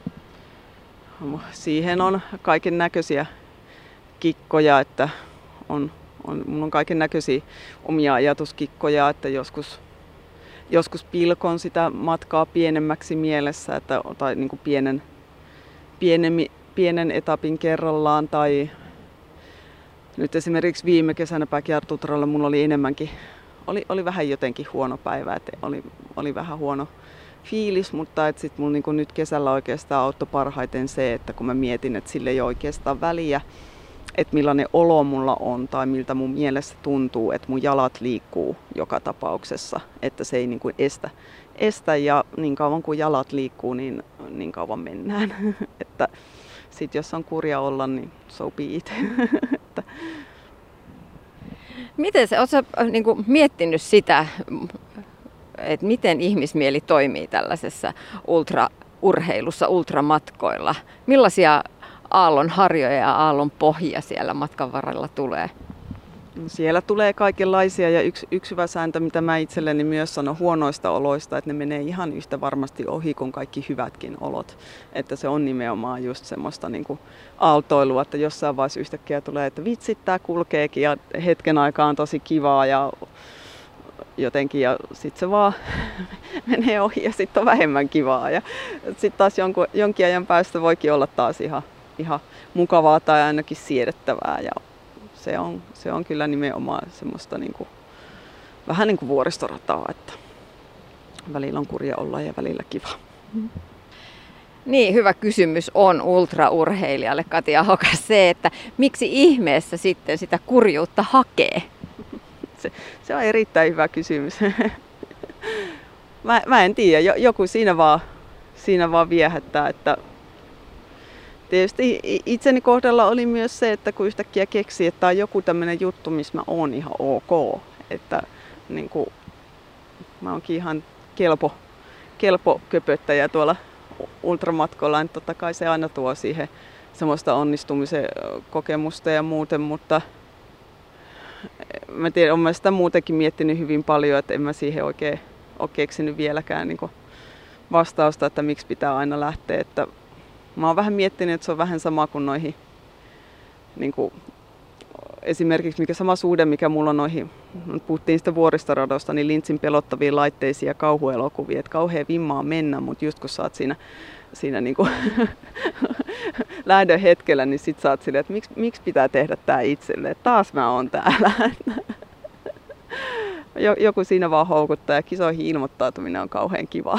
Siihen on kaiken näköisiä kikkoja, että on, on, mun on kaiken näköisiä omia ajatuskikkoja, että joskus, joskus pilkon sitä matkaa pienemmäksi mielessä, että, tai niin kuin pienen, pienen, pienen etapin kerrallaan. Tai nyt esimerkiksi viime kesänä Backyard Ultralla mulla oli enemmänkin, oli, oli vähän jotenkin huono päivä, että oli, oli vähän huono fiilis, mutta et sit mulla niinku nyt kesällä oikeastaan auttoi parhaiten se, että kun mä mietin, että sille ei ole oikeastaan väliä, että millainen olo mulla on tai miltä mun mielessä tuntuu, että mun jalat liikkuu joka tapauksessa, että se ei niinku estä, estä ja niin kauan kuin jalat liikkuu, niin, niin kauan mennään. Että sit jos on kurja olla, niin so be it. Miten sä, oot sä niinku miettinyt sitä, että miten ihmismieli toimii tällaisessa ultraurheilussa, ultramatkoilla? Millaisia aallonharjoja ja aallonpohjia siellä matkan varrella tulee? Siellä tulee kaikenlaisia ja yksi, yksi hyvä sääntö, mitä mä itselleni myös sanon huonoista oloista, että ne menee ihan yhtä varmasti ohi kuin kaikki hyvätkin olot. Että se on nimenomaan just semmoista niin kuin aaltoilua, että jossain vaiheessa yhtäkkiä tulee, että vitsit, tää kulkeekin ja hetken aikaa on tosi kivaa ja jotenkin ja sitten se vaan menee ohi ja sitten on vähemmän kivaa ja sitten taas jonkun, jonkin ajan päästä voikin olla taas ihan, ihan mukavaa tai ainakin siedettävää ja se on, se on kyllä nimenomaan semmoista niinku, vähän niin kuin vuoristorataa, että välillä on kurja olla ja välillä kiva. Niin, hyvä kysymys on ultraurheilijalle Katia Hokas se, että miksi ihmeessä sitten sitä kurjuutta hakee? Se, se on erittäin hyvä kysymys. mä, mä en tiedä, joku siinä vaan, siinä vaan viehättää, että tietysti itseni kohdalla oli myös se, että kun yhtäkkiä keksi, että on joku tämmöinen juttu, missä mä oon ihan ok, että niin kuin, mä oonkin ihan kelpo, kelpo köpöttäjä tuolla ultramatkolla, niin totta kai se aina tuo siihen semmoista onnistumisen kokemusta ja muuten, mutta mä tiedän, olen sitä muutenkin miettinyt hyvin paljon, että en mä siihen oikein ole keksinyt vieläkään niin kuin vastausta, että miksi pitää aina lähteä. Että mä oon vähän miettinyt, että se on vähän sama kuin noihin, niin kuin esimerkiksi mikä sama suhde, mikä mulla on noihin, puhuttiin sitä vuoristoradosta, niin Lynchin pelottavia laitteisia ja kauhuelokuvia, että kauhean vimmaa mennä, mutta just kun sä oot siinä, siinä niin kuin lähdön hetkellä, niin sit sä oot silleen, että miksi, miksi pitää tehdä tää itselle, että taas mä oon täällä. Joku siinä vaan houkuttaa ja kisoihin ilmoittautuminen on kauhean kivaa.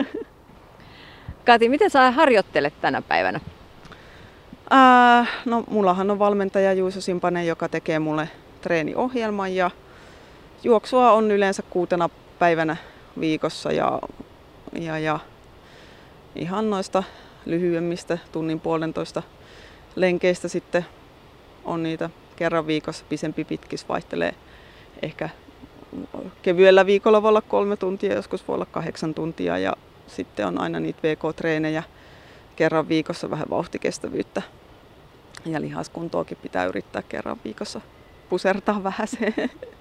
Kati, miten sä harjoittelet tänä päivänä? Ää, no, mullahan on valmentaja Juuso Simpanen, joka tekee mulle treeniohjelman ja juoksua on yleensä kuutena päivänä viikossa ja, ja, ja ihan noista lyhyemmistä tunnin puolentoista lenkeistä sitten on niitä kerran viikossa, pisempi pitkis vaihtelee ehkä kevyellä viikolla voi olla kolme tuntia, joskus voi olla kahdeksan tuntia ja sitten on aina niitä V K-treenejä kerran viikossa, vähän vauhtikestävyyttä ja lihaskuntoakin pitää yrittää kerran viikossa pusertaa vähän se.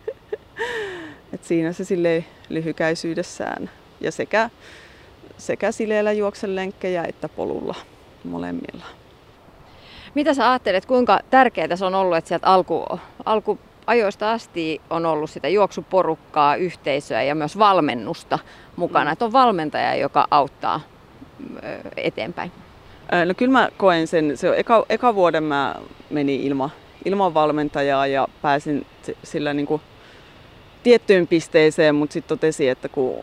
Et siinä se silleen lyhykäisyydessään ja sekä, sekä sileellä juoksenlenkkejä että polulla molemmilla. Mitä sä ajattelet, kuinka tärkeää se on ollut, että sieltä alku, alkuajoista asti on ollut sitä juoksuporukkaa, yhteisöä ja myös valmennusta mukana, että on valmentaja, joka auttaa eteenpäin? No kyllä mä koen sen, se eka, eka vuoden mä menin ilman, ilman valmentajaa ja pääsin sillä niin kuin tiettyyn pisteeseen, mutta sitten totesin, että kun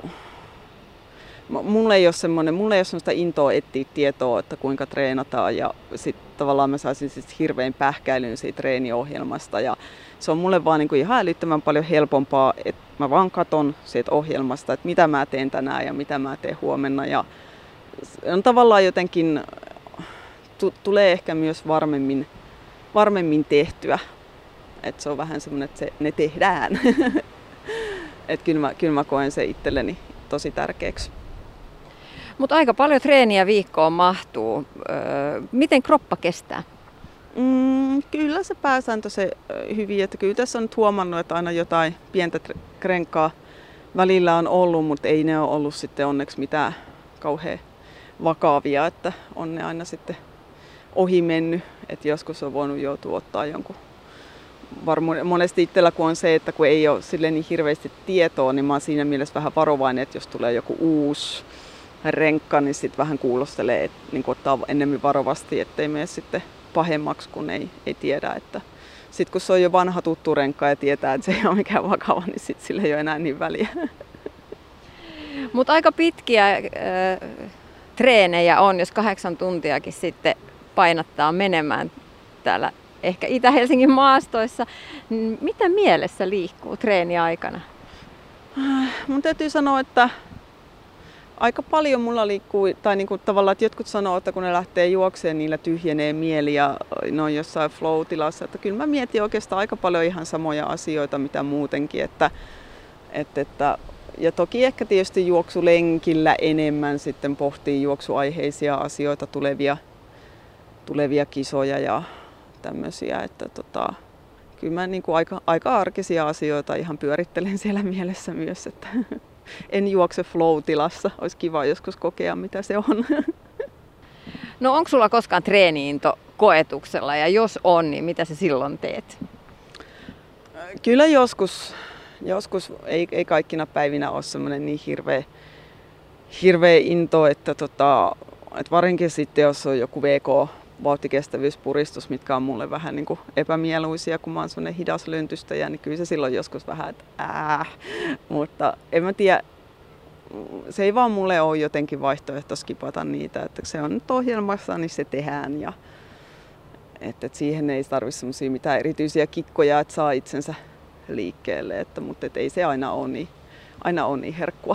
mulla ei ole semmoinen, mulla ei ole semmoista intoa etsiä tietoa, että kuinka treenataan ja sitten tavallaan mä saisin sit hirveän pähkäilyn siitä treeniohjelmasta ja se on mulle vaan niinku ihan älyttömän paljon helpompaa, että mä vaan katon siitä ohjelmasta, että mitä mä teen tänään ja mitä mä teen huomenna ja on tavallaan jotenkin, t- tulee ehkä myös varmemmin, varmemmin tehtyä, että se on vähän semmoinen, että se, ne tehdään, että kyllä mä, kyllä mä koen se itselleni tosi tärkeäksi. Mutta aika paljon treeniä viikkoon mahtuu. Öö, miten kroppa kestää? Mm, kyllä se pääsääntö se hyvin, että kyllä tässä on nyt huomannut, että aina jotain pientä krenkkaa välillä on ollut, mutta ei ne ole ollut sitten onneksi mitään kauhean vakavia, että on ne aina sitten ohi mennyt, että joskus on voinut joutua ottaa jonkun varmuuden. Monesti itsellä kun on se, että kun ei ole sille niin hirveästi tietoa, niin mä oon siinä mielessä vähän varovainen, että jos tulee joku uusi renkka, niin sitten vähän kuulostelee, että niin ottaa enemmän varovasti, ettei mene sitten pahemmaksi, kun ei, ei tiedä. Että sitten kun se on jo vanha tuttu renkka ja tietää, että se ei ole mikään vakava, niin sitten sillä ei ole enää niin väliä. Mutta aika pitkiä äh, treenejä on, jos kahdeksan tuntiakin sitten painattaa menemään täällä ehkä Itä-Helsingin maastoissa. Mitä mielessä liikkuu treeniaikana? Mun täytyy sanoa, että aika paljon mulla liikkuu, tai niinku tavallaan, että jotkut sanoo, että kun ne lähtee juokseen, niillä tyhjenee mieli ja ne on jossain flow-tilassa. Että kyllä mä mietin oikeastaan aika paljon ihan samoja asioita, mitä muutenkin. Että, että, että, ja toki ehkä tietysti juoksulenkillä enemmän sitten pohtii juoksuaiheisia asioita, tulevia, tulevia kisoja ja tämmöisiä. Että tota, kyllä mä niinku aika, aika arkisia asioita ihan pyörittelen siellä mielessä myös. Että en juokse flow-tilassa. Olisi kiva joskus kokea, mitä se on. No onko sulla koskaan treeni-into koetuksella ja jos on, niin mitä sä silloin teet? Kyllä joskus. Joskus ei, ei kaikkina päivinä ole semmoinen niin hirveä, hirveä into, että, tota, että varsinkin sitten jos on joku V K-vauhtikestävyyspuristus, mitkä on mulle vähän niin kuin epämieluisia, kun mä oon semmoinen hidas löntystäjä, niin kyllä se silloin joskus vähän, että ää, mutta en mä tiedä, se ei vaan mulle ole jotenkin vaihtoehto skipata niitä, että se on nyt ohjelmassa, niin se tehdään ja että, että siihen ei tarvitse semmoisia mitään erityisiä kikkoja, että saa itsensä liikkeelle, että, mutta että ei se aina ole niin, aina ole niin herkkua.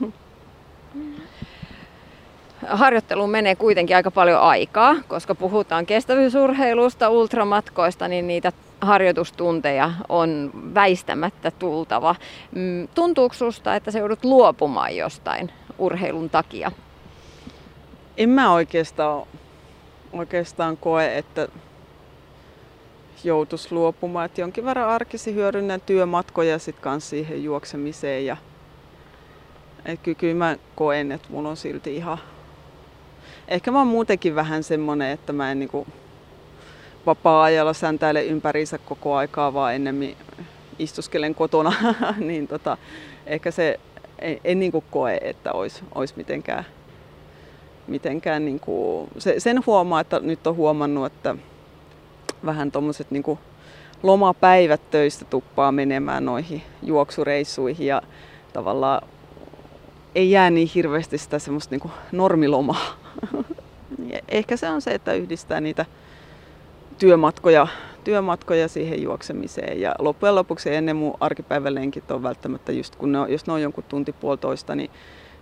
Harjoitteluun menee kuitenkin aika paljon aikaa, koska puhutaan kestävyysurheilusta, ultramatkoista, niin niitä harjoitustunteja on väistämättä tultava. Tuntuuko susta, että sä joudut luopumaan jostain urheilun takia? En mä oikeastaan, oikeastaan koe, että joutuisi luopumaan. Että jonkin verran arkisi hyödynnän työmatkoja sit kans siihen juoksemiseen. Ja, et kyllä mä koen, että mulla on silti ihan... Ehkä mä oon muutenkin vähän semmonen, että mä en niinku vapaa-ajalla säntäile ympäriinsä koko aikaa, vaan ennemmin istuskelen kotona. niin tota, ehkä se en, en niinku koe, että olisi ois mitenkään... mitenkään niinku, se, sen huomaa, että nyt on huomannut, että vähän tommoset niinku lomapäivät töistä tuppaa menemään noihin juoksureissuihin ja tavallaan ei jää niin hirveästi sitä semmoista niinku normilomaa. Ehkä se on se, että yhdistää niitä työmatkoja, työmatkoja siihen juoksemiseen ja loppujen lopuksi ennen mun arkipäivälenkit on välttämättä just kun ne on, jos ne on jonkun tunti puolitoista, niin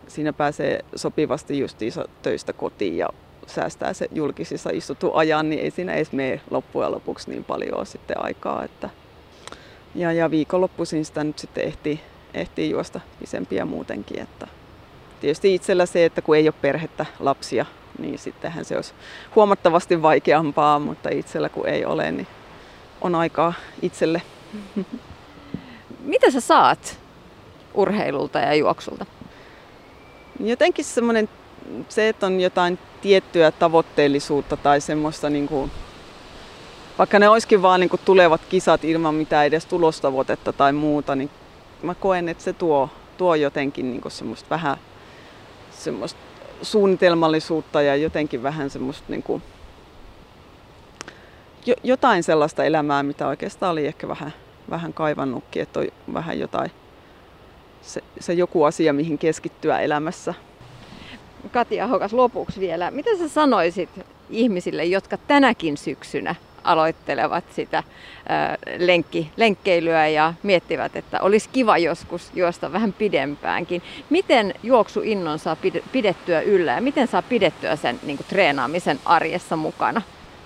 siinä pääsee sopivasti justiinsa töistä kotiin ja säästää se julkisissa istutun ajan, niin ei siinä edes mene loppujen lopuksi niin paljon sitten aikaa. Että ja, ja viikonloppuisin sitä nyt sitten ehtii, ehtii juosta pisempiä muutenkin. Että tietysti itsellä se, että kun ei ole perhettä, lapsia, niin sittenhän se olisi huomattavasti vaikeampaa, mutta itsellä kun ei ole, niin on aikaa itselle. Mitä sä saat urheilulta ja juoksulta? Jotenkin semmoinen, se, että on jotain tiettyä tavoitteellisuutta tai semmoista, niin kuin, vaikka ne olisikin vaan niin kuin tulevat kisat ilman mitään edes tulostavoitetta tai muuta, niin mä koen, että se tuo, tuo jotenkin niin kuin semmoista vähän semmoista suunnitelmallisuutta ja jotenkin vähän semmoista niin kuin, jo, jotain sellaista elämää, mitä oikeastaan oli ehkä vähän, vähän kaivannutkin, että on vähän jotain, se, se joku asia, mihin keskittyä elämässä. Kati Ahokas, lopuksi vielä. Mitä sä sanoisit ihmisille, jotka tänäkin syksynä aloittelevat sitä ää, lenkki, lenkkeilyä ja miettivät, että olisi kiva joskus juosta vähän pidempäänkin. Miten juoksuinnon saa pidettyä yllä ja miten saa pidettyä sen niin kuin treenaamisen arjessa mukana?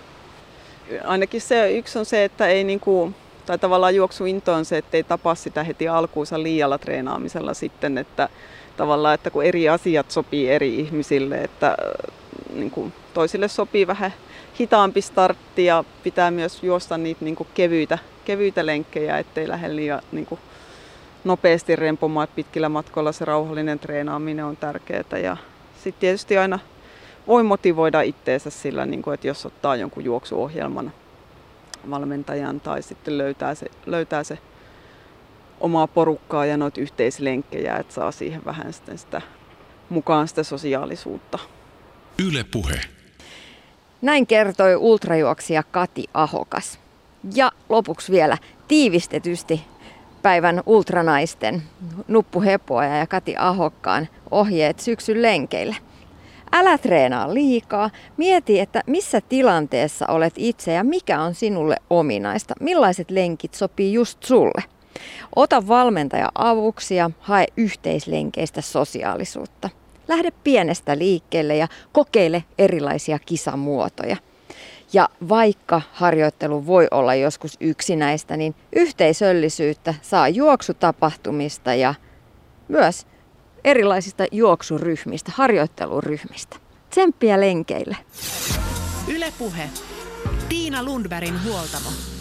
Ainakin se yksi on se, että ei niin kuin, tai tavallaan juoksuinto on se, että ei tapa sitä heti alkuunsa liialla treenaamisella sitten, että tavallaan, että kun eri asiat sopii eri ihmisille, että niin kuin toisille sopii vähän hitaampi startti ja pitää myös juosta niitä niin kuin kevyitä, kevyitä lenkkejä, ettei lähde liian niin kuin nopeasti rempomaan, että pitkillä matkoilla se rauhallinen treenaaminen on tärkeää. Ja sitten tietysti aina voi motivoida itteensä sillä, niin kuin, että jos ottaa jonkun juoksuohjelman valmentajan tai sitten löytää se, löytää se omaa porukkaa ja noita yhteislenkkejä, että saa siihen vähän sitten sitä, mukaan sitä sosiaalisuutta. Yle Puhe. Näin kertoi ultrajuoksija Kati Ahokas. Ja lopuksi vielä tiivistetysti päivän ultranaisten Nuppu Hepoja ja Kati Ahokkaan ohjeet syksyn lenkeille. Älä treenaa liikaa. Mieti, että missä tilanteessa olet itse ja mikä on sinulle ominaista. Millaiset lenkit sopii just sulle. Ota valmentaja avuksi ja hae yhteislenkeistä sosiaalisuutta. Lähde pienestä liikkeelle ja kokeile erilaisia kisamuotoja. Ja vaikka harjoittelu voi olla joskus yksinäistä, niin yhteisöllisyyttä saa juoksutapahtumista ja myös erilaisista juoksuryhmistä, harjoitteluryhmistä. Tsemppiä lenkeille. Yle Puhe. Tiina Lundbergin huoltamo.